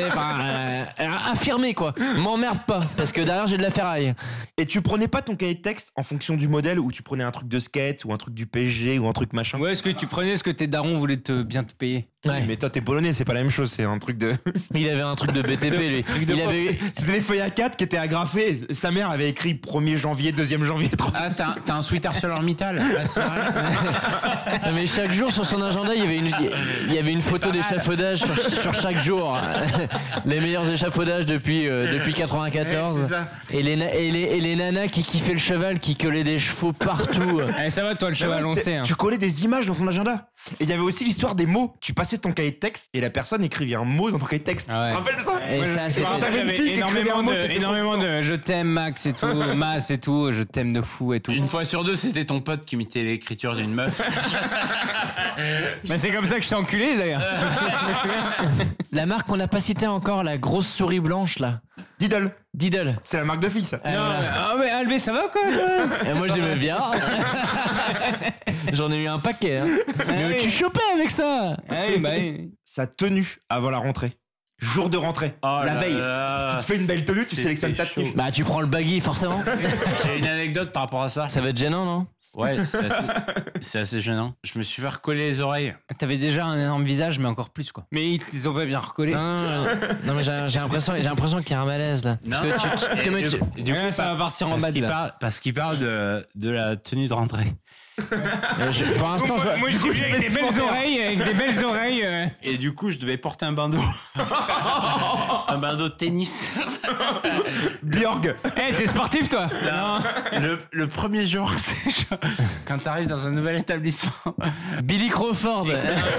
Affirmé quoi. M'emmerde pas, parce que derrière j'ai de la ferraille. Et tu prenais pas ton cahier de texte en fonction du modèle, ou tu prenais un truc de skate, ou un truc du PSG, ou un truc machin? Ouais, est-ce que tu prenais ce que tes darons voulaient bien te payer? Ouais. Mais toi t'es polonais, c'est pas la même chose, c'est un truc de. Il avait un truc de BTP lui. C'était des feuilles A4 qui étaient agrafées. Sa mère avait écrit 1er janvier, 2e janvier, 3. Ah, t'as un sweat ArcelorMittal la soirée. Non, mais chaque jour sur son agenda il y avait une photo d'échafaudage sur chaque jour. Les meilleurs échafaudages depuis 94. Ouais, c'est ça. Et les nanas qui kiffaient le cheval, qui collaient des chevaux partout. Eh, ça va toi le cheval, on sait. Hein. Tu collais des images dans ton agenda. Et il y avait aussi l'histoire des mots. Tu passais ton cahier de texte et la personne écrivait un mot dans ton cahier de texte. Ah ouais. Tu te rappelles de ça? Et ça, c'était t'avais une fille qui écrivait un mot. énormément de je t'aime Max et tout, Mas et tout, je t'aime de fou et tout. Une fois sur deux, c'était ton pote qui imitait l'écriture d'une meuf. Mais c'est comme ça que je t'ai enculé d'ailleurs. La marque qu'on n'a pas citée encore, la grosse souris blanche là. Diddle. Diddle. C'est la marque de fille ça. Mais Albé, ça va quoi? Et moi j'aimais bien. J'en ai eu un paquet. Hein. Mais tu chopais avec ça. Sa tenue avant la rentrée. Jour de rentrée, la veille. Tu te fais une belle tenue, tu sélectionnes ta tenue. Bah tu prends le baggy forcément. J'ai une anecdote par rapport à ça. Ça va être gênant, non? Ouais, c'est assez gênant. Je me suis fait recoller les oreilles. T'avais déjà un énorme visage, mais encore plus quoi. Mais ils te les ont pas bien recollés. Non mais j'ai l'impression qu'il y a un malaise là. Non, parce que du coup, ça va partir en bas de là. Parce qu'il parle de la tenue de rentrée. Pour l'instant, moi je dis avec des belles oreilles, Et du coup, je devais porter un bandeau. Un bandeau de tennis. Björg. T'es sportif toi? Non. Le premier jour, c'est genre, quand t'arrives dans un nouvel établissement. Billy Crawford.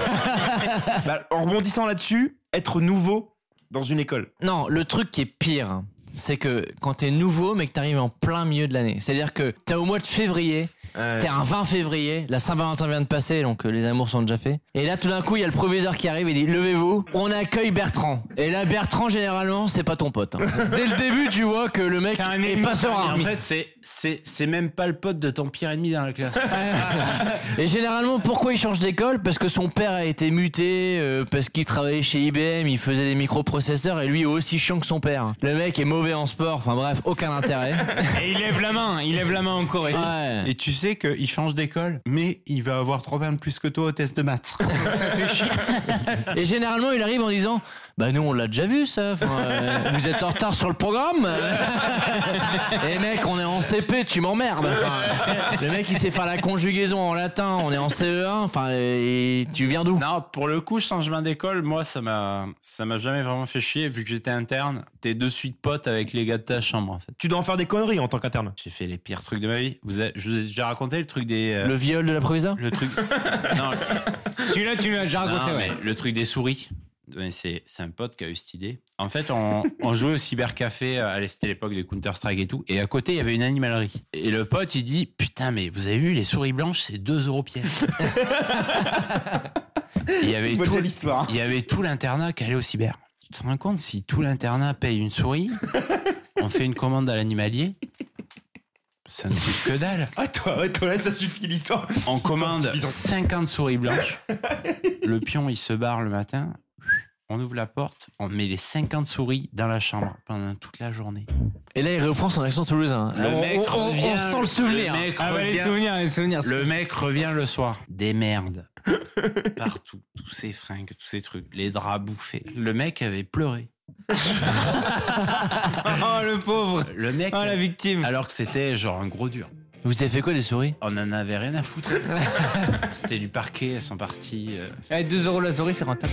En rebondissant là-dessus, être nouveau dans une école. Non, le truc qui est pire, c'est que quand t'es nouveau mais que t'arrives en plein milieu de l'année, c'est-à-dire que t'es au mois de février. T'es un 20 février, la Saint-Valentin vient de passer, donc les amours sont déjà faits. Et là, tout d'un coup, il y a le proviseur qui arrive et dit levez-vous, on accueille Bertrand. Et là, Bertrand, généralement, c'est pas ton pote. Hein. Dès le début, tu vois que le mec est pas serein. En fait, c'est même pas le pote de ton pire ennemi dans la classe. Et généralement, pourquoi il change d'école? Parce que son père a été muté, parce qu'il travaillait chez IBM, il faisait des microprocesseurs et lui est aussi chiant que son père. Le mec est mauvais en sport, enfin bref, aucun intérêt. Et il lève la main en Corée. Ouais. Et tu sais qu'il change d'école, mais il va avoir 3 points de plus que toi au test de maths. Ça fait chier. Et généralement, il arrive en disant bah nous on l'a déjà vu ça, vous êtes en retard sur le programme. Et mec, on est en CP, tu m'emmerdes. Le mec il sait faire la conjugaison en latin, on est en CE1, et tu viens d'où? Non, pour le coup, changement d'école, moi ça m'a jamais vraiment fait chier, vu que j'étais interne. T'es de suite pote avec les gars de ta chambre en fait. Tu dois en faire des conneries en tant qu'interne. J'ai fait les pires trucs de ma vie. Je vous ai déjà raconté le truc des... Le viol de la proviseur? Le truc... Non. Celui-là, tu l'as déjà raconté, ouais. Le truc des souris. Mais c'est un pote qui a eu cette idée. En fait, on jouait au cybercafé, c'était l'époque de Counter-Strike et tout, et à côté, il y avait une animalerie. Et le pote, il dit, putain, mais vous avez vu, les souris blanches, c'est 2 € pièce. Il y avait tout l'internat qui allait au cyber. Tu te rends compte, si tout l'internat paye une souris, on fait une commande à l'animalier, ça ne coûte que dalle. Toi, là, ça suffit l'histoire. On commande 50 souris blanches. Le pion, il se barre le matin. On ouvre la porte, on met les 50 souris dans la chambre pendant toute la journée. Et là, il reprend son accent toulousain. On sent le souvenir. Les souvenirs. Le mec revient le soir. Des merdes. Partout. Tous ces fringues, tous ces trucs. Les draps bouffés. Le mec avait pleuré. Oh, le pauvre. Le mec. Oh, la victime. Alors que c'était genre un gros dur. Vous avez fait quoi, les souris? On en avait rien à foutre. C'était du parquet, elles sont parties. 2 € la souris, c'est rentable.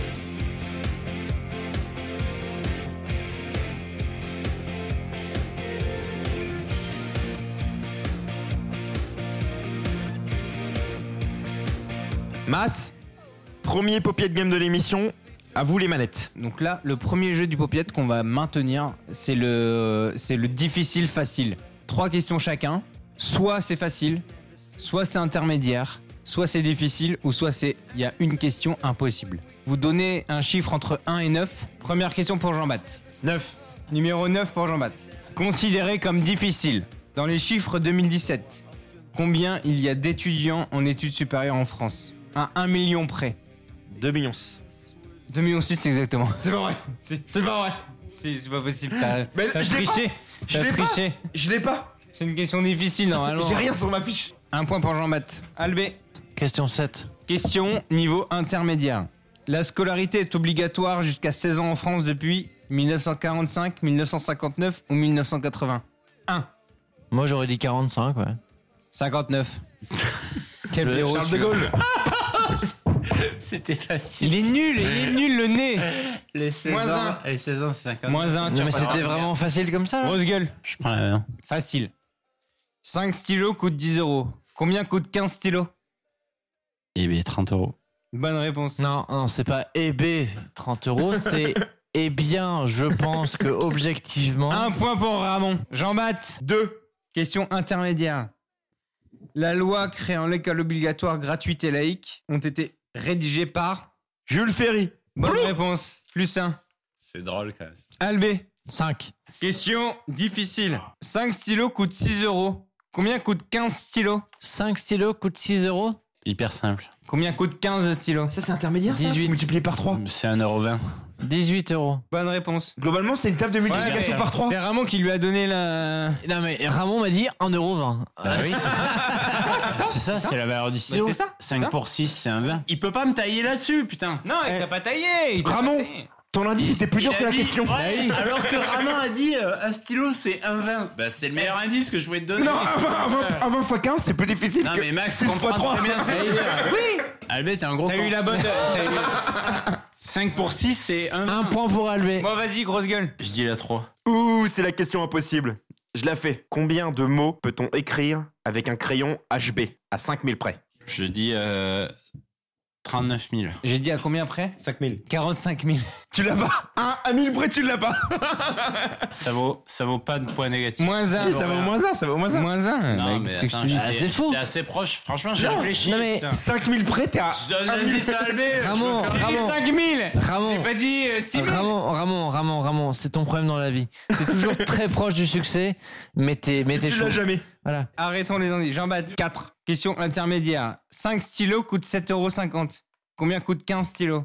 Mas, premier Popiette Game de l'émission, à vous les manettes. Donc là, le premier jeu du Popiette qu'on va maintenir, c'est le difficile facile. 3 questions chacun. Soit c'est facile, soit c'est intermédiaire, soit c'est difficile, ou soit il y a une question impossible. Vous donnez un chiffre entre 1 et 9. Première question pour Jean-Baptiste. 9. Numéro 9 pour Jean-Baptiste. Considéré comme difficile. Dans les chiffres 2017, combien il y a d'étudiants en études supérieures en France? À 1 million près. 2,6 millions. 2,6 millions exactement. C'est pas vrai. C'est pas vrai. C'est pas possible. T'as je l'ai triché. T'as triché. Je l'ai pas. C'est une question difficile normalement. J'ai rien sur ma fiche. Un point pour Jean-Baptiste. Albé. Question 7. Question niveau intermédiaire. La scolarité est obligatoire jusqu'à 16 ans en France depuis 1945, 1959 ou 1980. 1. Moi, j'aurais dit 45, ouais. 59. Quel blaireau. Charles de Gaulle. C'était facile. Il est nul le nez. Les 16 Moins ans, 1. les 16 ans, c'est 50. Moins 1. Non, mais c'était vraiment facile comme ça, là. Grosse gueule. Je prends la main. Facile. 5 stylos coûtent 10 €. Combien coûte 15 stylos? Eh bien, 30 €. Bonne réponse. Non, c'est pas EB 30 €, c'est eh bien, je pense que objectivement. Un point pour Ramon. Jean-Baptiste. 2. Question intermédiaire. La loi créant l'école obligatoire gratuite et laïque ont été rédigées par Jules Ferry. Bonne réponse. Plus 1. C'est drôle, quand même. Albé. 5. Question difficile. 5 stylos coûtent 6 €. Combien coûte 15 stylos? 5 stylos coûtent 6 €. Hyper simple. Combien coûte 15 stylos? Ça, c'est intermédiaire, 18. ça multiplié par 3. C'est 1,20 €. 18 €. Bonne réponse. Globalement, c'est une table de multiplication par 3. C'est Ramon qui lui a donné la... Non, mais Ramon m'a dit 1,20 €. Bah oui, c'est ça. C'est ça, c'est la valeur du stylo. c'est ça, 5 pour 6, c'est un 20. Il peut pas me tailler là-dessus, putain. Non, il t'a pas taillé. Ramon, ton indice était plus dur que la question. Ouais, alors que Ramon a dit un stylo, c'est un 20. Bah, c'est le meilleur indice que je pouvais te donner. Non, un 20 x 15, c'est plus difficile Non, que mais Max, 6 x 3. très bien ce que je veux dire. Oui. Albé, t'es un gros T'as con. eu la bonne... 5 pour 6, c'est un 20. Un point pour Albé. Bon, vas-y, grosse gueule. Je dis la 3. Ouh, c'est la question impossible. Je la fais. Combien de mots peut-on écrire avec un crayon HB à 5000 près? Je dis 39 000. J'ai dit à combien près? 5000. 45 000. Tu l'as pas. À 1000 près, tu l'as pas. Ça vaut pas de point négatif. Moins 1. Si, ça va au moins 1, ça va au moins 1. Moins 1. Non, mais attends, c'est faux. T'es assez proche. Franchement, j'ai Non. réfléchi. Non, mais- putain. 5000 près, t'es à. Je donne l'indice à Albé. Ramon, J'ai dit 5 000. Ramon. J'ai pas dit 6 000. Ramon, c'est ton problème dans la vie. T'es toujours très proche du succès, mais t'es Tu chaud. l'as jamais. Voilà. Arrêtons les indices. Jean-Baptiste. 4. Question intermédiaire. 5 stylos coûtent 7,50 €. Combien coûte 15 stylos?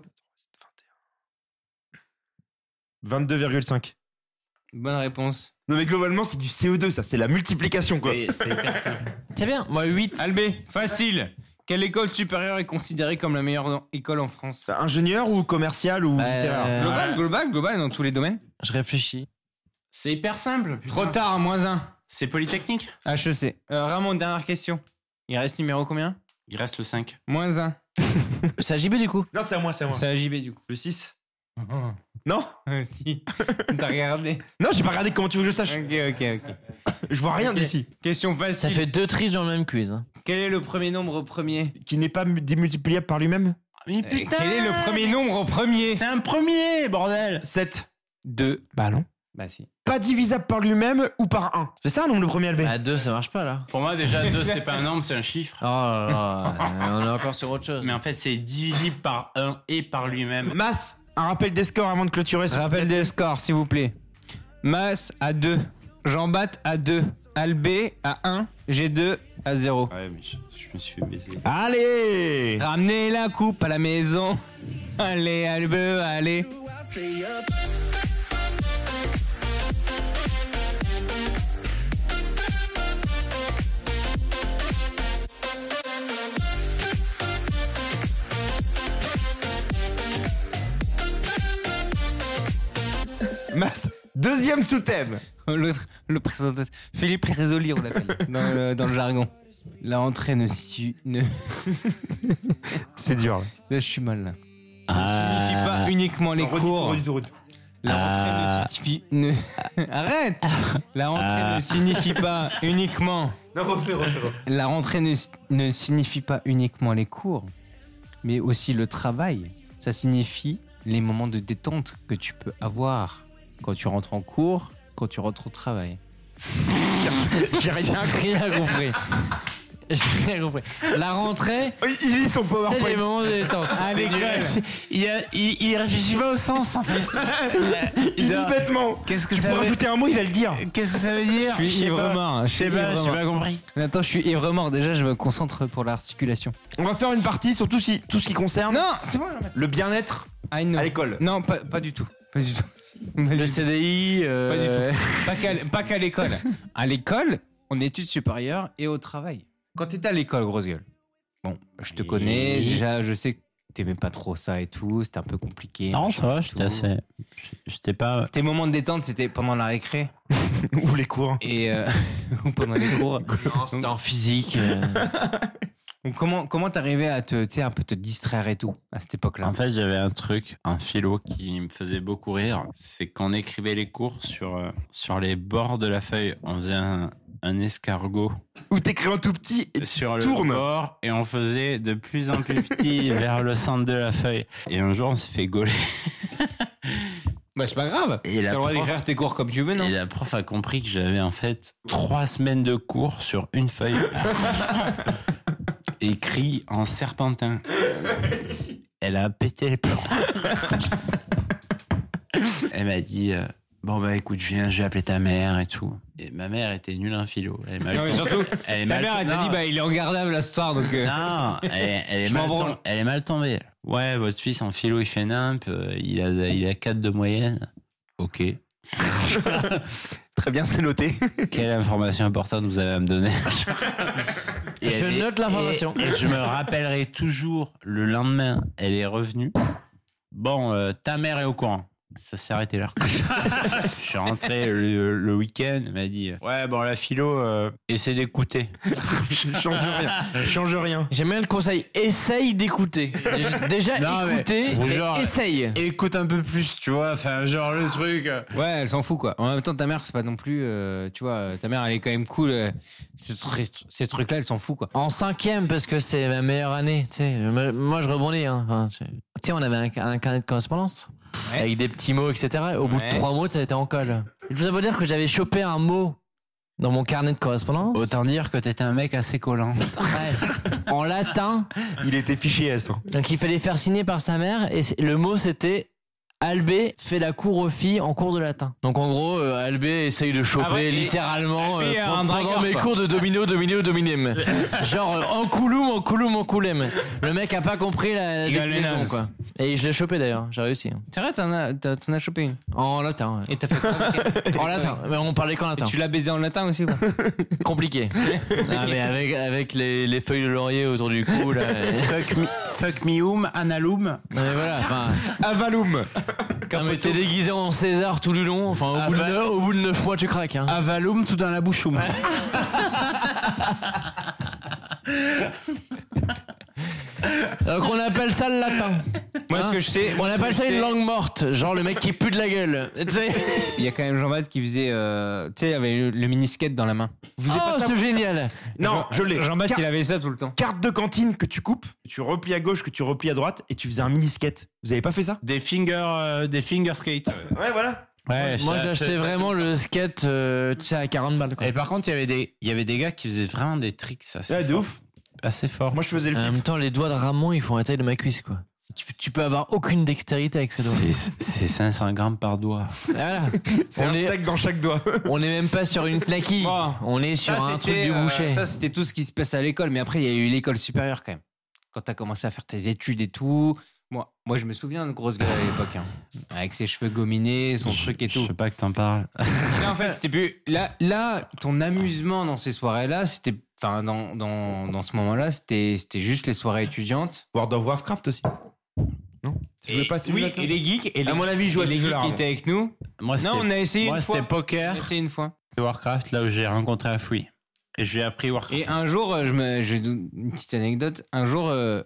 22,5. Bonne réponse. Non, mais globalement, c'est du CO2, ça. C'est la multiplication, quoi. C'est hyper simple. C'est bien. Moi, 8. Albé, facile. Quelle école supérieure est considérée comme la meilleure école en France? Ingénieur ou commercial ou littéraire? Global, dans tous les domaines. Je réfléchis. C'est hyper simple. putain. Trop tard, moins 1. C'est Polytechnique. HEC. Ramon, dernière question. Il reste numéro combien? Il reste le 5. Moins 1. C'est à JB du coup. Non, c'est à moi, c'est à moi. C'est à JB du coup. Le 6. Non? Si. T'as regardé. Non, j'ai pas regardé, comment tu veux que je sache? Ok. Je vois rien d'ici. Question Ça facile. fait 2 triches dans le même quiz. Hein. Quel est le premier nombre premier? Qui n'est pas démultipliable par lui-même? Mais putain. Quel est le premier nombre en premier? C'est un premier, bordel. 7. 2. Bah non. Bah si. Pas divisable par lui-même ou par 1. C'est ça un nombre le premier, Albé? Bah 2 ça marche pas là. Pour moi, déjà, 2, c'est pas un nombre, c'est un chiffre. Oh là là, on est encore sur autre chose. Mais en fait, c'est divisible par 1 et par lui-même. Mas, un rappel des scores avant de clôturer. Rappel des scores, s'il vous plaît. Mas à 2. Jean-Bat à 2. Albé à 1. G2 à 0. Ouais, mais je me suis fait baiser. Allez! Ramenez la coupe à la maison. Allez, Albé, allez. Mas, deuxième sous-thème. L'autre, le présentateur. Philippe Résoli, on l'appelle dans le jargon. La rentrée ne C'est dur. Là, je suis mal là. Ne signifie pas uniquement les cours. La rentrée ne signifie... Arrête. La rentrée ne signifie pas uniquement... Non, refais. La rentrée ne signifie pas uniquement les cours, mais aussi le travail. Ça signifie les moments de détente que tu peux avoir quand tu rentres en cours, quand tu rentres au travail. J'ai rien compris. J'ai rien compris. La rentrée, il lit son PowerPoint. c'est les moments de détente. À l'école. Il réfléchit pas au sens, en fait. Il dit bêtement. Qu'est-ce que Tu ça peux veut rajouter un mot, il va le dire. Qu'est-ce que ça veut dire? Je suis ivre-mort. Je sais pas compris. Attends, je suis ivre-mort. Déjà, je me concentre pour l'articulation. On va faire une partie sur tout ce qui concerne Non, c'est bon. le bien-être à l'école. Non, pas du tout. Pas du tout. Le CDI. Pas du tout. Pas qu'à l'école. À l'école, en études supérieures et au travail. Quand t'étais à l'école, grosse gueule. Bon, je te connais. Déjà, je sais que t'aimais pas trop ça et tout. C'était un peu compliqué. Non, ça va, j'étais pas. Tes moments de détente, c'était pendant la récré. Ou les cours. Et ou pendant les cours. Non, c'était en physique. Donc comment t'arrivais à un peu te distraire et tout à cette époque-là? En fait, j'avais un philo qui me faisait beaucoup rire. C'est qu'on écrivait les cours sur les bords de la feuille. On faisait un escargot. Où t'écris en tout petit et sur le tourne. bord et on faisait de plus en plus petit vers le centre de la feuille. Et un jour, on s'est fait gauler. Bah, c'est pas grave. T'as le droit d'écrire tes cours comme tu veux, non? Et la prof a compris que j'avais en fait 3 semaines de cours sur une feuille. Écrit en serpentin. Elle a pété les plombs. Elle m'a dit bon bah écoute, je vais appeler ta mère et tout. Et ma mère était nulle en philo. Non, mais surtout, ta mère elle t'a dit bah il est regardable la ce soir donc. Non, elle est mal tombée. Ouais, votre fils en philo il fait nimp, il a 4 de moyenne. Ok. Très bien, c'est noté. Quelle information importante vous avez à me donner? Je note l'information. Et je me rappellerai toujours, le lendemain, elle est revenue. Bon, ta mère est au courant. Ça s'est arrêté là. Je suis rentré le week-end, elle m'a dit ouais, bon, la philo, essaie d'écouter. Change rien. J'aime bien le conseil, essaye d'écouter. Déjà, écoutez, essaye. Écoute un peu plus, tu vois, enfin, genre le truc. Ouais, elle s'en fout quoi. En même temps, ta mère, c'est pas non plus. Tu vois, ta mère, elle est quand même cool. Ces trucs-là, elle s'en fout quoi. En 5e, parce que c'est ma meilleure année. Tu sais, moi, je rebondis. Hein. Enfin, tu sais, on avait un carnet de correspondance. Ouais. Avec des petits mots, etc. Au bout de 3 mots, t'étais en colle. Je vous avoue dire que j'avais chopé un mot dans mon carnet de correspondance. Autant dire que t'étais un mec assez collant. Ouais. En latin. Il était fiché S. Donc il fallait faire signer par sa mère. Et le mot, c'était Albé fait la cour aux filles en cours de latin. Donc en gros, Albé essaye de choper littéralement pendant mes cours de dominem. Genre encoulum. Le mec a pas compris la déclinaison quoi. Et je l'ai chopé d'ailleurs, j'ai réussi. C'est vrai, t'en as chopé une? En latin. Ouais. Et t'as fait en latin, mais on parlait qu'en latin. Et tu l'as baisé en latin aussi quoi? Compliqué. Ah, mais avec les feuilles de laurier autour du cou là. Fuck mium, analum. Mais voilà, enfin. Avalum. Non, mais t'es déguisé en César tout le long, enfin au bout de 9 mois tu craques. Hein. Avalum tout dans la bouche. Donc on appelle ça le latin. Moi, ce que je sais. On appelle ça une langue morte, genre le mec qui pue de la gueule. Tu sais. Il y a quand même Jean-Baptiste qui faisait. Tu sais, il avait le mini-skate dans la main. Oh, c'est génial. Non, je l'ai. Jean-Baptiste, il avait ça tout le temps. Carte de cantine que tu coupes, que tu replies à gauche, que tu replies à droite, et tu faisais un mini skate. Vous avez pas fait ça? Des finger skates. Ouais, voilà. Ouais, Moi, j'achetais vraiment le skate, tu sais, à 40 balles. Quoi. Et par contre, il y avait des gars qui faisaient vraiment des tricks assez de ouf. Assez fort. Moi, je faisais le En même temps, les doigts de Ramon, ils font la taille de ma cuisse, quoi. Tu peux avoir aucune dextérité avec ces doigts. C'est 500 grammes par doigt. Voilà. C'est un steak dans chaque doigt. On n'est même pas sur une knacky. Bon, on est sur un truc du boucher. Ça, c'était tout ce qui se passe à l'école. Mais après, il y a eu l'école supérieure quand même. Quand t'as commencé à faire tes études et tout. Moi, je me souviens de grosse gueule à l'époque. Hein. Avec ses cheveux gominés, son truc et tout. Je sais pas que t'en parles. Là, en fait, c'était plus. Là, ton amusement dans ces soirées-là, c'était. Enfin, dans ce moment-là, c'était juste les soirées étudiantes. World of Warcraft aussi. Non? Tu jouais pas à ce oui, jeu-là, toi? et les geeks. À mon avis, je jouais à ce les jeu-là. geeks qui étaient avec nous. Moi, on a essayé une fois. Moi, c'était poker. On a essayé une fois. Et Warcraft, là où j'ai rencontré Afoui. Et j'ai appris Warcraft. Et un jour, je vais donner une petite anecdote. Un jour,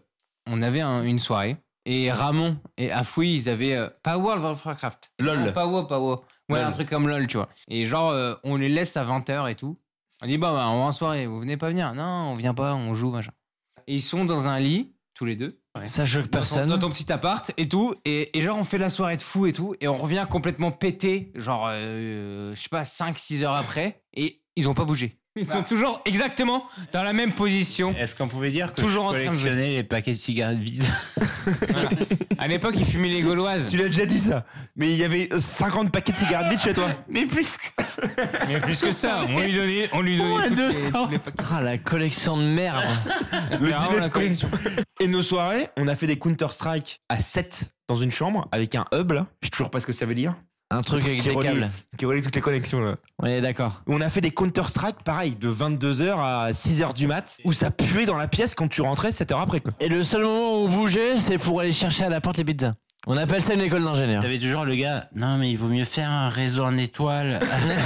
on avait une soirée. Et Ramon et Afoui, ils avaient pas World of Warcraft. LOL. Non, pas WoW. Ouais, LOL. un truc comme LOL, tu vois. Et genre, on les laisse à 20h et tout. On dit, bah, on va en soirée, vous venez pas venir? Non, on vient pas, on joue, machin. Et ils sont dans un lit, tous les deux. Ouais. Ça choque personne. Dans ton petit appart et tout. Et genre, on fait la soirée de fou et tout. Et on revient complètement pété, genre, je sais pas, 5-6 heures après. Et ils ont pas bougé. Ils sont toujours exactement dans la même position. Est-ce qu'on pouvait dire que toujours je collectionnais les paquets de cigarettes vides? Voilà. À l'époque, ils fumaient les Gauloises. Tu l'as déjà dit ça. Mais il y avait 50 paquets de cigarettes vides chez toi. Mais plus que ça. Mais plus que ça. On lui donnait Moins toutes 200. les paquets. Ah, la collection de merde. C'était Le vraiment dîner la de con. collection. Et nos soirées, on a fait des Counter-Strike à 7 dans une chambre avec un hub là. Je sais toujours pas ce que ça veut dire. Un truc avec des câbles. Qui relie toutes les connexions là. On est d'accord. On a fait des Counter-Strike pareil de 22h à 6h du mat où ça puait dans la pièce quand tu rentrais 7 heures après quoi. Et le seul moment où on bougeait, c'est pour aller chercher à la porte les pizzas. On appelle ça une école d'ingénieur. T'avais toujours le gars, non mais il vaut mieux faire un réseau en étoile.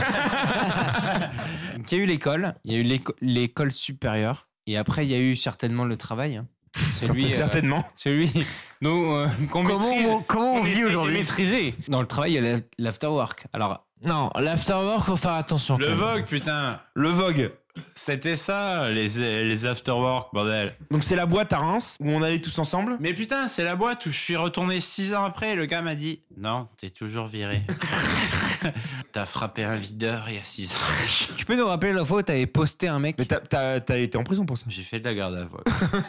Donc, il y a eu l'école, il y a eu l'école supérieure. Et après, il y a eu certainement le travail. Hein. Certainement. Celui qu'on maîtrise. Comment on vit aujourd'hui? Maîtriser. Dans le travail, il y a l'afterwork. Alors, non, l'afterwork, faut faire attention. Le Vogue, putain. Le Vogue. C'était ça, les afterwork, bordel. Donc c'est la boîte à Reims où on allait tous ensemble. Mais putain, c'est la boîte où je suis retourné 6 ans après et le gars m'a dit « Non, t'es toujours viré. T'as frappé un videur il y a 6 ans. » tu peux nous rappeler la fois où t'avais posté un mec? Mais t'as été en prison pour ça. J'ai fait de la garde à vue.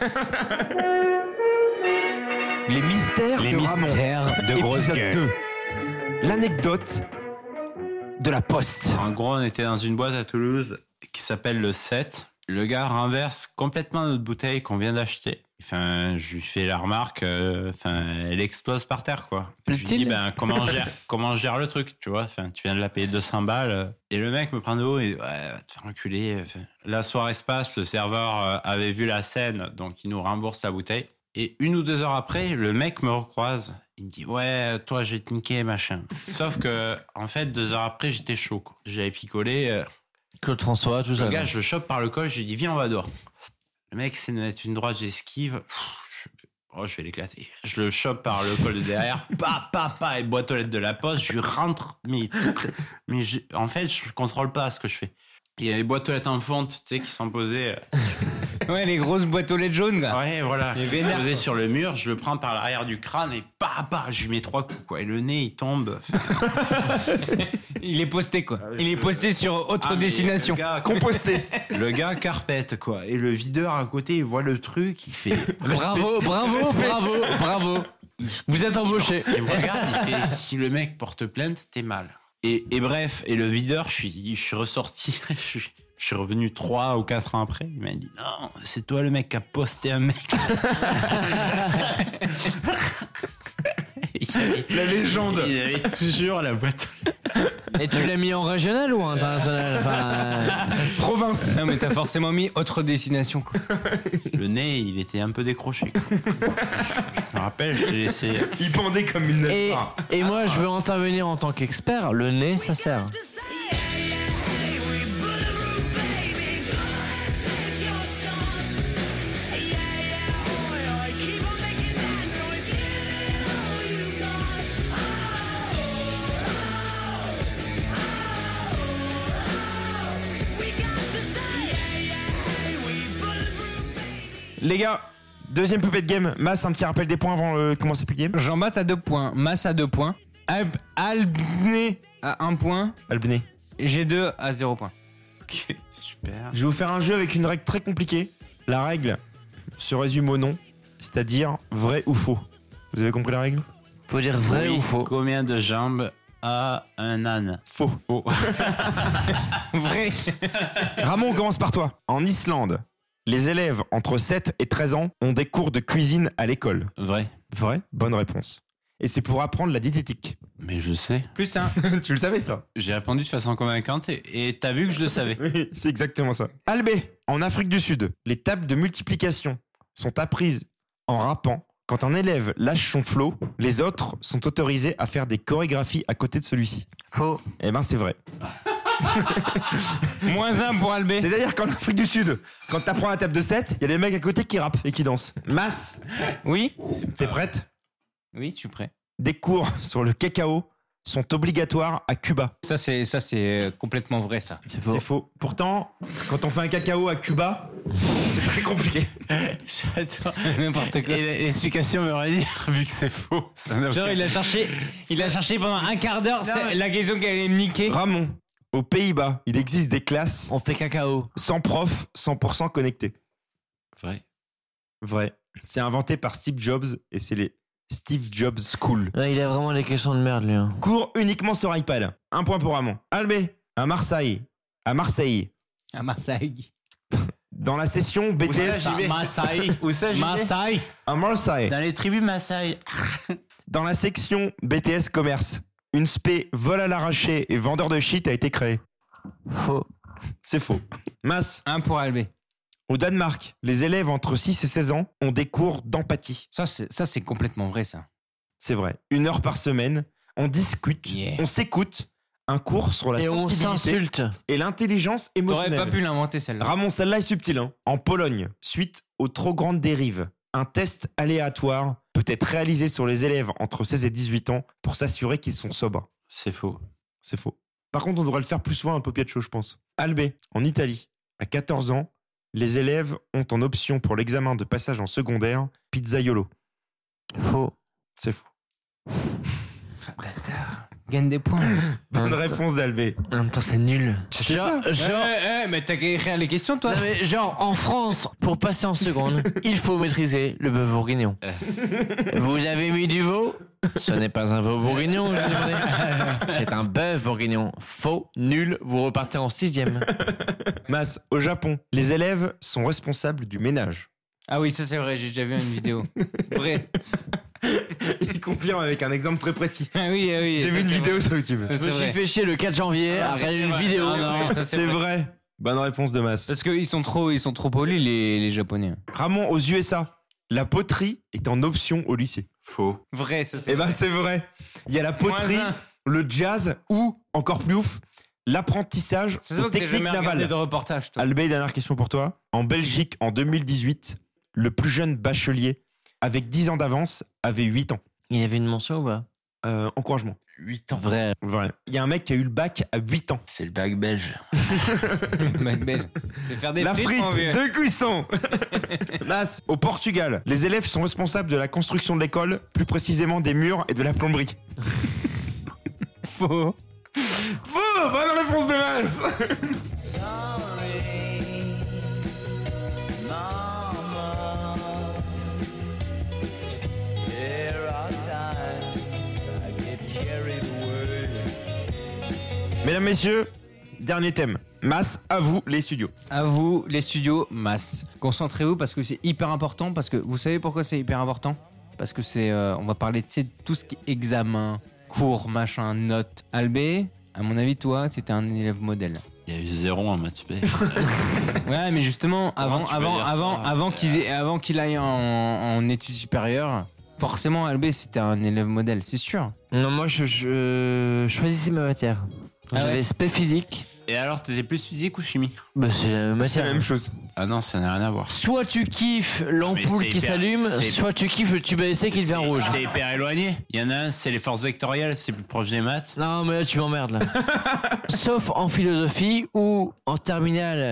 Les mystères Les de Ramon. mystères de grosse Épisode gueule. 2. L'anecdote de la poste. En gros, on était dans une boîte à Toulouse qui s'appelle le 7. Le gars renverse complètement notre bouteille qu'on vient d'acheter. Enfin, je lui fais la remarque, elle explose par terre, quoi. Je lui dis, comment on gère le truc, tu vois. Enfin, tu viens de la payer 200 balles. Et le mec me prend de haut et, ouais, va te faire enculer. Enfin, la soirée se passe, le serveur avait vu la scène, donc il nous rembourse la bouteille. Et 1 ou 2 heures après, le mec me recroise. Il me dit, ouais, toi, j'ai te niqué, machin. Sauf que, en fait, 2 heures après, j'étais chaud, quoi. J'avais picolé. Claude François, tout ça. Le gars, je le chope par le col, je lui dis, viens, on va dehors. Le mec essaie de mettre une droite, j'esquive. Je vais l'éclater. Je le chope par le col de derrière. Et boîte aux lettres de la poste, je lui rentre. En fait, je contrôle pas ce que je fais. Il y a les boîtes aux lettres en fonte, tu sais, qui sont posées. Ouais, les grosses boîtes aux lettres jaunes, quoi. Ouais, voilà. Les vénères, posées sur le mur, je le prends par l'arrière du crâne et je lui mets 3 coups, quoi. Et le nez, il tombe. Il est posté, quoi. Il est posté sur autre destination. Composté. Le gars carpette, quoi. Et le videur à côté, il voit le truc, il fait. Bravo. Vous êtes embauché. Il me regarde, il fait, si le mec porte plainte, t'es mal. Et bref, et le videur, je suis ressorti, je suis revenu 3 ou 4 ans après. Il m'a dit, non, c'est toi le mec qui a posté un mec. La légende. Il avait toujours la boîte. Et tu l'as mis en régional ou en international? Province. Non, mais t'as forcément mis autre destination, quoi. Le nez, il était un peu décroché, quoi. Je me rappelle, je t'ai laissé. Il pendait comme une. Et moi, je veux intervenir en tant qu'expert. Le nez, ça sert. Les gars, deuxième poupée de game. Mas, un petit rappel des points avant de commencer le game. Jean-Bat à 2 points, Mas à 2 points, Albné à 1 point, Albné. G2 à 0 point. Ok, super. Je vais vous faire un jeu avec une règle très compliquée. La règle se résume au nom, c'est-à-dire vrai ou faux. Vous avez compris la règle? Faut dire vrai Oui, ou faux. Combien de jambes a un âne? Faux. Vrai. Ramon, on commence par toi. En Islande, les élèves entre 7 et 13 ans ont des cours de cuisine à l'école. Vrai. Vrai? Bonne réponse. Et c'est pour apprendre la diététique. Mais je sais. Plus 1. Tu le savais ça? J'ai répondu de façon convaincante et t'as vu que je le savais. Oui, c'est exactement ça. Albé, en Afrique du Sud, les tables de multiplication sont apprises en rappant. Quand un élève lâche son flow, les autres sont autorisés à faire des chorégraphies à côté de celui-ci. Faux. Eh ben c'est vrai. Moins 1 pour Albé. C'est-à-dire qu'en Afrique du Sud, quand t'apprends la table de 7, il y a les mecs à côté qui rappent et qui dansent. Mas, Oui. t'es prête? Oui, je suis prêt. Des cours sur le cacao sont obligatoires à Cuba. Ça c'est complètement vrai ça. C'est faux. Pourtant, quand on fait un cacao à Cuba, c'est très compliqué. J'adore. N'importe quoi. Et l'explication m'aurait dit, vu que c'est faux. Ça n'a Genre aucun- il a cherché pendant un quart d'heure la question qu'elle allait me niquer. Ramon, aux Pays-Bas, il existe des classes On fait cacao. sans prof, 100% connectés. Vrai. Vrai. C'est inventé par Steve Jobs et c'est les Steve Jobs School. Ouais, il a vraiment des questions de merde, lui. Hein. Cours uniquement sur iPad. 1 point pour Ramon. Albé, à Marseille, À Marseille. dans la session BTS, Marseille. Où ça, j'y vais Marseille. à Marseille, Dans les tribus Maasai. dans la section BTS commerce, une spé vol à l'arraché et vendeur de shit a été créée. Faux. C'est faux. Mas, 1 pour Albé. au Danemark, les élèves entre 6 et 16 ans ont des cours d'empathie. Ça c'est complètement vrai ça. C'est vrai. 1 heure par semaine, on discute, Yeah. on s'écoute, un cours sur la Et on sensibilité s'insulte. et l'intelligence T'aurais émotionnelle. pas pu l'inventer celle-là. Ramon, celle-là est subtile. Hein. En Pologne, suite aux trop grandes dérives, un test aléatoire peut être réalisé sur les élèves entre 16 et 18 ans pour s'assurer qu'ils sont sobres. C'est faux. C'est faux. Par contre, on devrait le faire plus souvent un peu chaud, je pense. Albé, en Italie, à 14 ans, les élèves ont en option pour l'examen de passage en secondaire pizzaiolo. Faux. C'est faux. Gagne des points. Bonne réponse d'Albé. En même temps, c'est nul. Genre, Mais t'as qu'à écrire les questions toi. non, mais genre, en France, pour passer en seconde, il faut maîtriser le bœuf bourguignon. Vous avez mis du veau? Ce n'est pas un veau bourguignon, je vous demandais. C'est un bœuf bourguignon. Faux, nul, vous repartez en 6e. Mas, au Japon, les élèves sont responsables du ménage. Ah oui, ça c'est vrai, j'ai déjà vu une vidéo. Vrai. Il confirme avec un exemple très précis. Ah oui, J'ai vu une vidéo sur YouTube. Je me suis fait chier le 4 janvier à regarder une vidéo. C'est vrai. Bonne réponse de Mas. Parce qu'ils sont trop polis les Japonais. Ramon, aux USA, la poterie est en option au lycée. Faux. Vrai, ça c'est Eh ben c'est vrai. Il y a la poterie, Moins un. le jazz ou, encore plus ouf, l'apprentissage C'est ça aux que t'as techniques jamais regardé navales. de reportage toi. Albé, dernière question pour toi. En Belgique, en 2018, le plus jeune bachelier, avec 10 ans d'avance, avait 8 ans. Il y avait une mention ou pas? Encouragement. 8 ans. Vrai. Vrai. Il y a un mec qui a eu le bac à 8 ans. C'est le bac belge. C'est faire des La frites, frite mon vieux. de cuisson. Nas, au Portugal, les élèves sont responsables de la construction de l'école, plus précisément des murs et de la plomberie. Faux. Faux. Bonne réponse de Mas. Mesdames, messieurs, dernier thème. Mas, à vous les studios. À vous, les studios Mas. Concentrez-vous parce que c'est hyper important. Parce que vous savez pourquoi c'est hyper important? Parce que c'est, on va parler de tout ce qui est examen, cours, machin, notes. Albé, à mon avis, toi, t'étais un élève modèle. Il y a eu 0 en maths P. Ouais, mais justement, Comment tu peux dire ça avant qu'il aille en études supérieures, forcément, Albé, c'était un élève modèle, c'est sûr. Non, moi, je choisissais ma matière. Ah J'avais ouais. spé physique. Et alors, t'étais plus physique ou chimie? Bah, c'est la C'est la matière. même chose. Ah non, ça n'a rien à voir. Soit tu kiffes Mais l'ampoule c'est qui hyper- s'allume, c'est- soit tu kiffes le tube à essai qui devient rouge. C'est hyper éloigné. Il y en a un, c'est les forces vectorielles, c'est plus proche des maths. Non, mais là, tu m'emmerdes, là. Sauf en philosophie où, en terminale,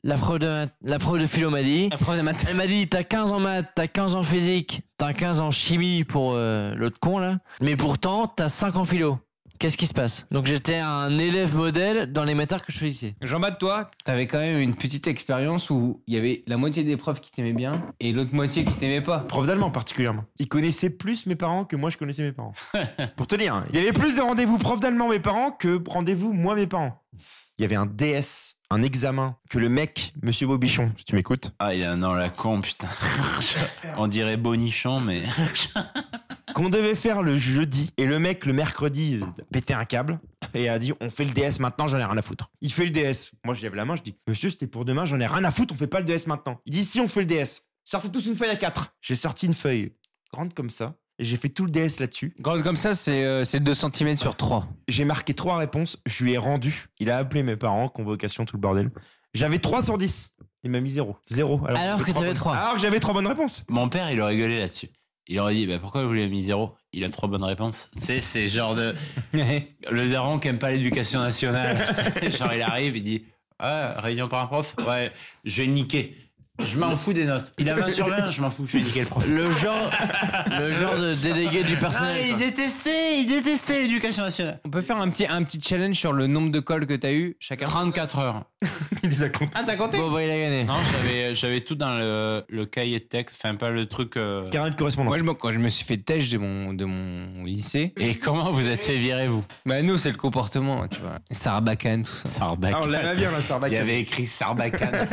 La prof de philo m'a dit. La prof de maths. Elle m'a dit, t'as 15 en maths, t'as 15 en physique, t'as 15 en chimie pour l'autre con là. Mais pourtant, t'as 5 en philo. Qu'est-ce qui se passe? Donc j'étais un élève modèle dans les matières que je choisissais. Jean-Baptiste, toi, t'avais quand même une petite expérience où il y avait la moitié des profs qui t'aimaient bien et l'autre moitié qui t'aimait pas. Prof d'allemand particulièrement. Il connaissait plus mes parents que moi je connaissais mes parents. Pour te dire, il y avait plus de rendez-vous prof d'allemand mes parents que rendez-vous moi mes parents. Il y avait un DS, un examen, que le mec, Monsieur Bobichon, si tu m'écoutes. Ah, il a un dans la con, putain. On dirait Bonichon, mais... Qu'on devait faire le jeudi, et le mec, le mercredi, pétait un câble, et a dit, on fait le DS maintenant, j'en ai rien à foutre. Il fait le DS. Moi, je lève la main, je dis, monsieur, c'était pour demain, j'en ai rien à foutre, on fait pas le DS maintenant. Il dit, si, on fait le DS. Sortez tous une feuille à 4. J'ai sorti une feuille grande comme ça, et j'ai fait tout le DS là-dessus. Grande comme ça, c'est 2 cm sur 3. J'ai marqué 3 réponses, je lui ai rendu. Il a appelé mes parents, convocation, tout le bordel. J'avais 3 sur 10. Il m'a mis 0. 0. Alors que t'avais 3. Alors que j'avais 3 bonnes réponses. Mon père, il aurait rigolé là-dessus. Il aurait dit, bah, pourquoi vous lui avez mis 0? Il a 3 bonnes réponses. Tu sais, c'est genre de... le daron qui aime pas l'éducation nationale. Genre, il arrive, il dit, ah, réunion par un prof? Ouais, je vais niquer. Je m'en fous des notes. Il a 20 sur 20, je m'en fous, je vais niquer le prof. Le genre de délégué du personnel. Ah, il détestait l'éducation nationale. On peut faire un petit challenge sur le nombre de calls que t'as eu chacun. 34 heures. Il les a comptés. Ah, t'as compté? Bon, bah, il a gagné. Non, j'avais tout dans le cahier de texte, enfin pas le truc... Carnet de correspondance. Moi, quand je me suis fait têche de mon lycée. Et comment vous êtes fait virer, vous? Bah, nous, c'est le comportement, tu vois. Sarbacane, tout ça. Sarbacane. Ah, on l'avait bien, la Sarbacane. Il y avait écrit Sarbacane.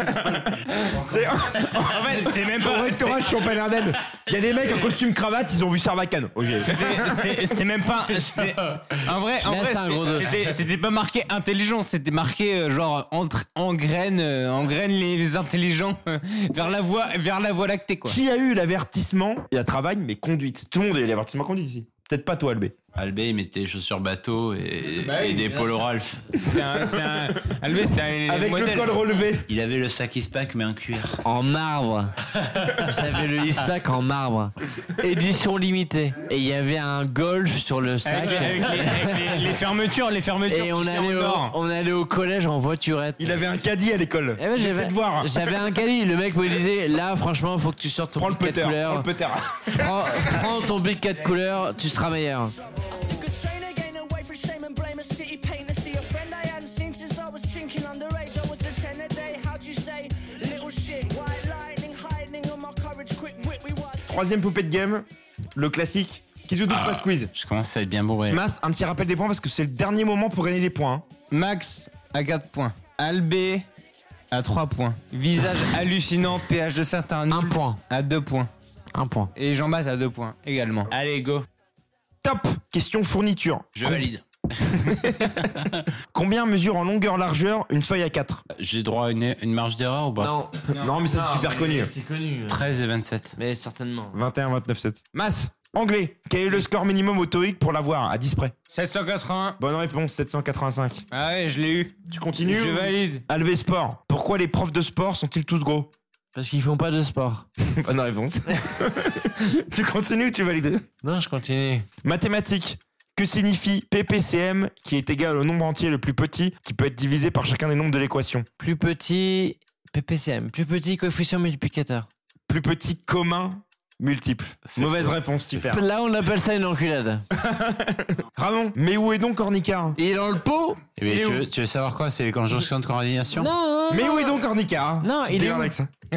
En fait, c'est même pas. Au restaurant, je suis en Palais-Ardenne. Il y a des mecs en costume cravate, ils ont vu Sarbacane. Ok. C'était même pas. En vrai, c'était pas marqué intelligent, c'était marqué genre engraine les intelligents vers la voie lactée, quoi. Qui a eu l'avertissement? Il y a travail, mais conduite. Tout le monde a eu l'avertissement conduite ici. Peut-être pas toi, Albé. Albé, il mettait chaussures bateau et des polos Ralph. Albé, c'était un avec modèle. le col relevé. Il avait le sac Ispac, mais en cuir. En marbre. J'avais le Ispac en marbre. Édition limitée. Et il y avait un golf sur le sac. Avec les fermetures. Et on allait au collège en voiturette. Il avait un caddie à l'école. Eh ben, j'avais un caddie. Le mec me disait, là, franchement, faut que tu sortes ton bic 4 couleurs. Prends ton bic 4 couleurs, tu seras meilleur. Troisième poupée de game, le classique. Qui tout pas squeeze. Je commence à être bien bourré. Mas, un petit rappel des points parce que c'est le dernier moment pour gagner des points. Hein. Max à 4 points. Albé à 3 points. Visage hallucinant, pH de certain 1 point. À 2 points. 1 point. Et Jean-Baptiste à 2 points également. Allez, go. Top. Question fourniture. Je valide. Combien mesure en longueur-largeur une feuille A4? J'ai droit à une marge d'erreur ou pas? Non, mais ça c'est super connu. C'est connu. 13 et 27. Mais certainement. 21, 29, 7. Mas, anglais. Quel est le score minimum au TOEIC pour l'avoir à 10 près? 780. Bonne réponse, 785. Ah ouais, je l'ai eu. Tu continues? Je valide. Albé Sport. Pourquoi les profs de sport sont-ils tous gros? Parce qu'ils font pas de sport. Bonne réponse. Tu continues ou tu valides? Non, je continue. Mathématiques. Que signifie PPCM qui est égal au nombre entier le plus petit qui peut être divisé par chacun des nombres de l'équation? Plus petit PPCM. Plus petit coefficient multiplicateur. Plus petit commun multiple. Mauvaise réponse, super. Là, on appelle ça une enculade. Ramon, mais où est donc Ornicard? Il est dans le pot. Tu veux savoir quoi? C'est les conjonctions de coordination? Non. Mais où est donc Ornicard? Non, il est où?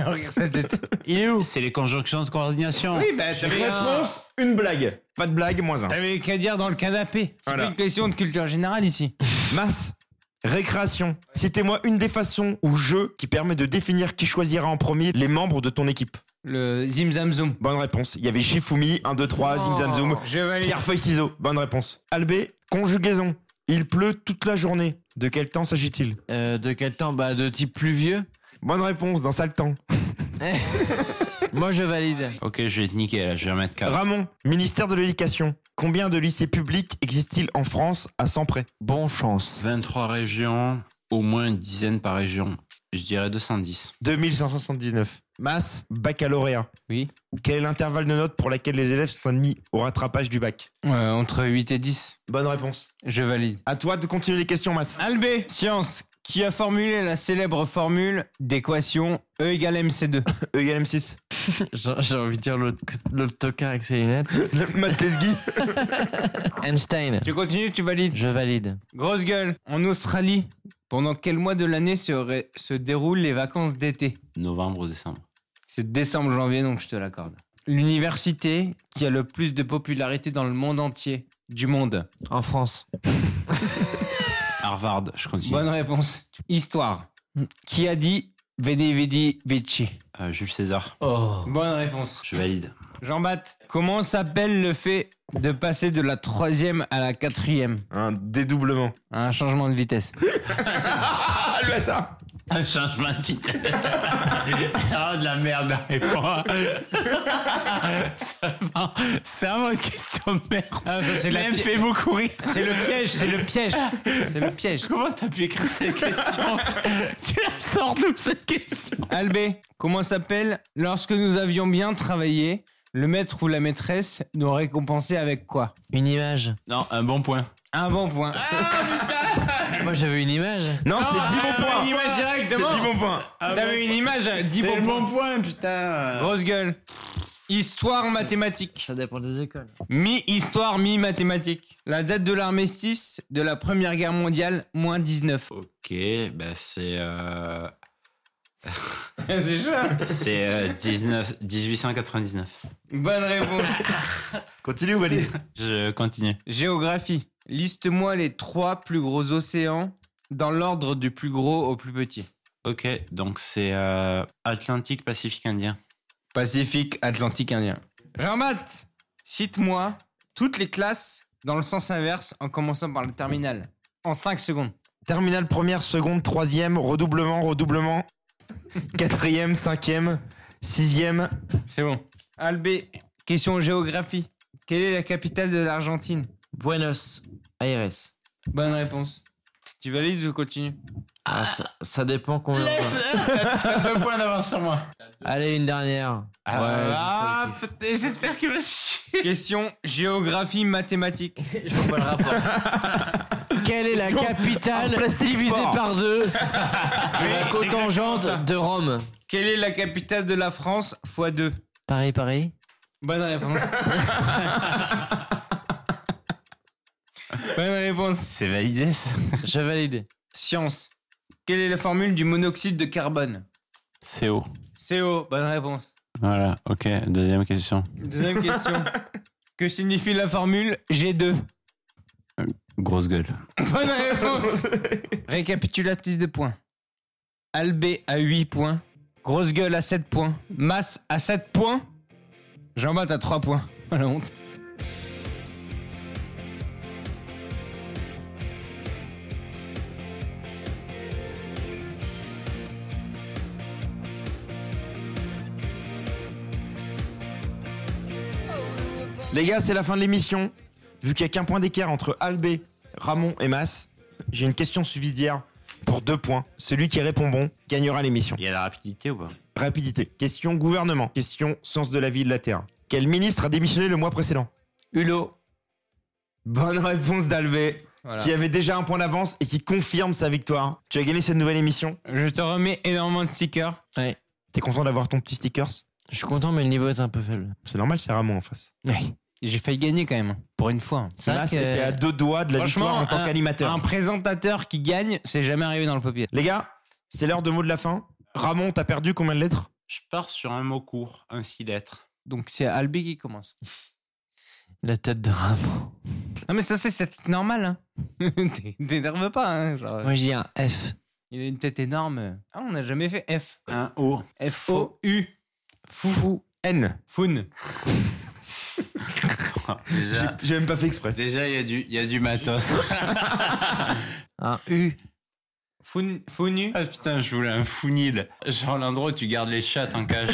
Il est où? C'est les conjonctions de coordination. Oui, bah j'avais réponse, une blague. Pas de blague, moins 1. T'avais qu'à dire dans le canapé. C'est voilà. pas une question de culture générale ici. Mas, récréation. Citez-moi une des façons ou jeu qui permet de définir qui choisira en premier les membres de ton équipe. Le Zim Zam Zoom. Bonne réponse. Il y avait Shifumi, 1, 2, 3, Zim Zam Zoom. Pierre, feuille, ciseaux. Bonne réponse. Albé, conjugaison. Il pleut toute la journée. De quel temps s'agit-il? De quel temps? Bah, de type pluvieux. Bonne réponse, d'un sale temps. Moi, je valide. Ok, je vais te niquer là, je vais remettre 4. Ramon, ministère de l'Éducation. Combien de lycées publics existe-t-il en France à 100 près? Bon chance. 23 régions, au moins une dizaine par région. Je dirais 210. 2579. Mas, baccalauréat. Oui. Quel est l'intervalle de notes pour laquelle les élèves sont admis au rattrapage du bac? Entre 8 et 10. Bonne réponse. Je valide. À toi de continuer les questions, Mas. Albé, science. Qui a formulé la célèbre formule d'équation E égale MC2? E égale M6. J'ai envie de dire l'autre tocard avec ses lunettes. Matt Lesguy. Einstein. Tu continues, tu valides? Je valide. Grosse gueule. En Australie, pendant quel mois de l'année se déroulent les vacances d'été? Novembre ou décembre. C'est décembre-janvier, donc je te l'accorde. L'université qui a le plus de popularité dans le monde entier. Du monde. En France. Harvard, je continue. Bonne réponse. Histoire. Qui a dit Vedi Vidi Vici? Jules César. Oh. Bonne réponse. Je valide. Jean-Baptiste, comment s'appelle le fait de passer de la 3e à la 4e? Un dédoublement. Un changement de vitesse. Ah, le bâtard. Un changement de vitesse. Ça va de la merde, la réponse. C'est vraiment une question de merde. Ah, ça, c'est Elle me fait beaucoup rire. C'est le piège, c'est le piège. C'est le piège. Comment t'as pu écrire cette question? Tu la sors d'où cette question? Albé, comment s'appelle lorsque nous avions bien travaillé, le maître ou la maîtresse nous récompensait avec quoi? Une image. Non, un bon point. Un bon point. Moi j'avais une image. Non, c'est 10 bons points. Une image directement. C'est 10 bons points. T'avais une image, 10 bons points. point, putain. Grosse gueule. Histoire mathématique. Ça dépend des écoles. Mi-histoire, mi-mathématique. La date de l'armistice de la Première Guerre mondiale, moins 19. Ok, bah c'est... C'est chaud. C'est 1899. Bonne réponse. Continue ou valide? Je continue. Géographie. Liste-moi les 3 plus gros océans dans l'ordre du plus gros au plus petit. Ok, donc c'est Atlantique, Pacifique, Indien. Pacifique, Atlantique, Indien. Jean-Baptiste, cite-moi toutes les classes dans le sens inverse en commençant par le terminal. En 5 secondes. Terminale première, seconde, troisième, redoublement. 4e, 5e, 6e. C'est bon. Albé, question géographie. Quelle est la capitale de l'Argentine? Buenos Aires. Bonne réponse. Tu valides ou continue? Ça dépend combien. T'as 2 points d'avance sur moi. Allez, une dernière. J'espère qu'il va chier. Question géographie mathématique. Je vois pas le rapport. Quelle est la capitale divisée par 2 la cotangente de Rome? Quelle est la capitale de la France x 2? Paris. Bonne réponse. Bonne réponse. C'est validé, ça. Je valide. Science. Quelle est la formule du monoxyde de carbone? CO. CO. Bonne réponse. Voilà, ok. Deuxième question. Deuxième question. Que signifie la formule G2? Grosse gueule. Bonne réponse. Récapitulatif des points. Albé à 8 points. Grosse gueule à 7 points. Masse à 7 points. Jean-Baptiste à 3 points. La honte. Les gars, c'est la fin de l'émission. Vu qu'il n'y a qu'un point d'écart entre Albé, Ramon et Mas, j'ai une question subsidiaire pour 2 points. Celui qui répond bon gagnera l'émission. Il y a la rapidité ou pas? Rapidité. Question gouvernement. Question sens de la vie et de la terre. Quel ministre a démissionné le mois précédent? Hulot. Bonne réponse d'Albé, Voilà. qui avait déjà un point d'avance et qui confirme sa victoire. Tu as gagné cette nouvelle émission. Je te remets énormément de stickers. Ouais. T'es content d'avoir ton petit stickers? Je suis content, mais le niveau est un peu faible. C'est normal, c'est Ramon en face. Ouais. J'ai failli gagner quand même, pour une fois. C'est vrai Là, que- c'était à 2 doigts de la victoire en tant qu'animateur. Un présentateur qui gagne, c'est jamais arrivé dans le papier. Les gars, c'est l'heure de mot de la fin. Ramon, t'as perdu combien de lettres? Je pars sur un mot court, un 6 lettres. Donc c'est Albé qui commence. La tête de Ramon. Non mais ça c'est normal, hein. T'énerve pas, hein. Genre, Moi, je dis un F. il a une tête énorme. Ah, on n'a jamais fait F. Un O. F-O-U. Fou. N. Foun. Déjà, J'ai même pas fait exprès. déjà il y a du matos. Un U. Founu. Ah putain, je voulais un founil. Genre l'endroit où tu gardes les chats en cage.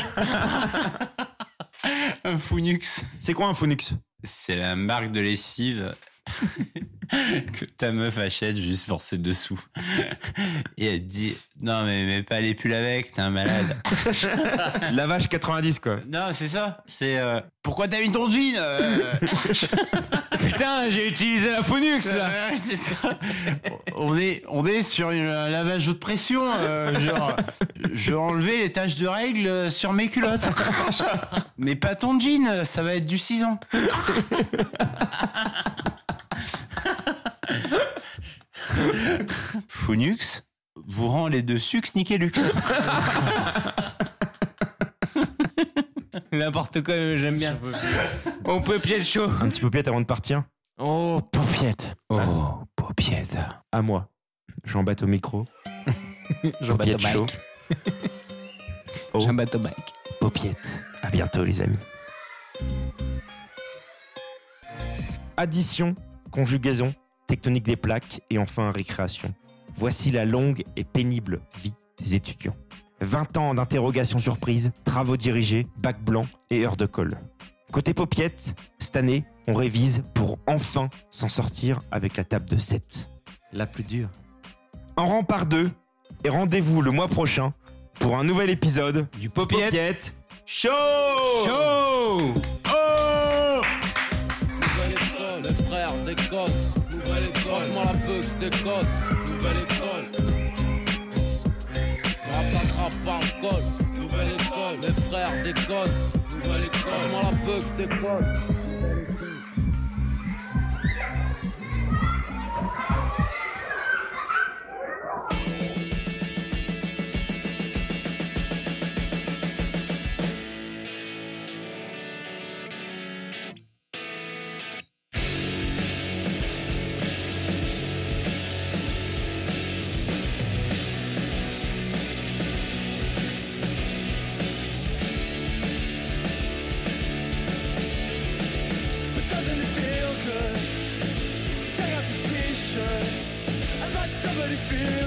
Un founux. C'est quoi un phonix? C'est la marque de lessive que ta meuf achète juste pour ses dessous. Et elle te dit non mais mets pas les pulls avec, t'es un malade. La vache 90 quoi. Non c'est ça. C'est pourquoi t'as mis ton jean putain, j'ai utilisé la Phonux là. Ouais, c'est ça. On est sur un lavage haute pression. Genre, je vais enlever les taches de règles sur mes culottes. Mais pas ton jean, ça va être du 6 ans. Phonux vous rend les deux sucres Nickelux. N'importe quoi, mais j'aime bien. On peut pied le chaud. Un petit paupiette avant de partir. Oh, paupiette. Oh, paupiette. À moi. Jean-Baptiste au micro. Jean-Baptiste Paupiette chaud. Oh, Jean-Baptiste Bike. paupiette. À bientôt les amis. Addition, conjugaison, tectonique des plaques et enfin récréation. Voici la longue et pénible vie des étudiants. 20 ans d'interrogations surprises, travaux dirigés, bac blanc et heures de colle. Côté paupiette, cette année, on révise pour enfin s'en sortir avec la table de 7. La plus dure. En rang par 2 et rendez-vous le mois prochain pour un nouvel épisode Du paupiette Show. chaud. Nouvelle école, les frères déconnent. Nouvelle école, franchement la bug déconne. Nouvelle école. Rap pas en col. Nouvelle école, les frères déconnent. Nouvelle école, franchement la bug déconne. Somebody feel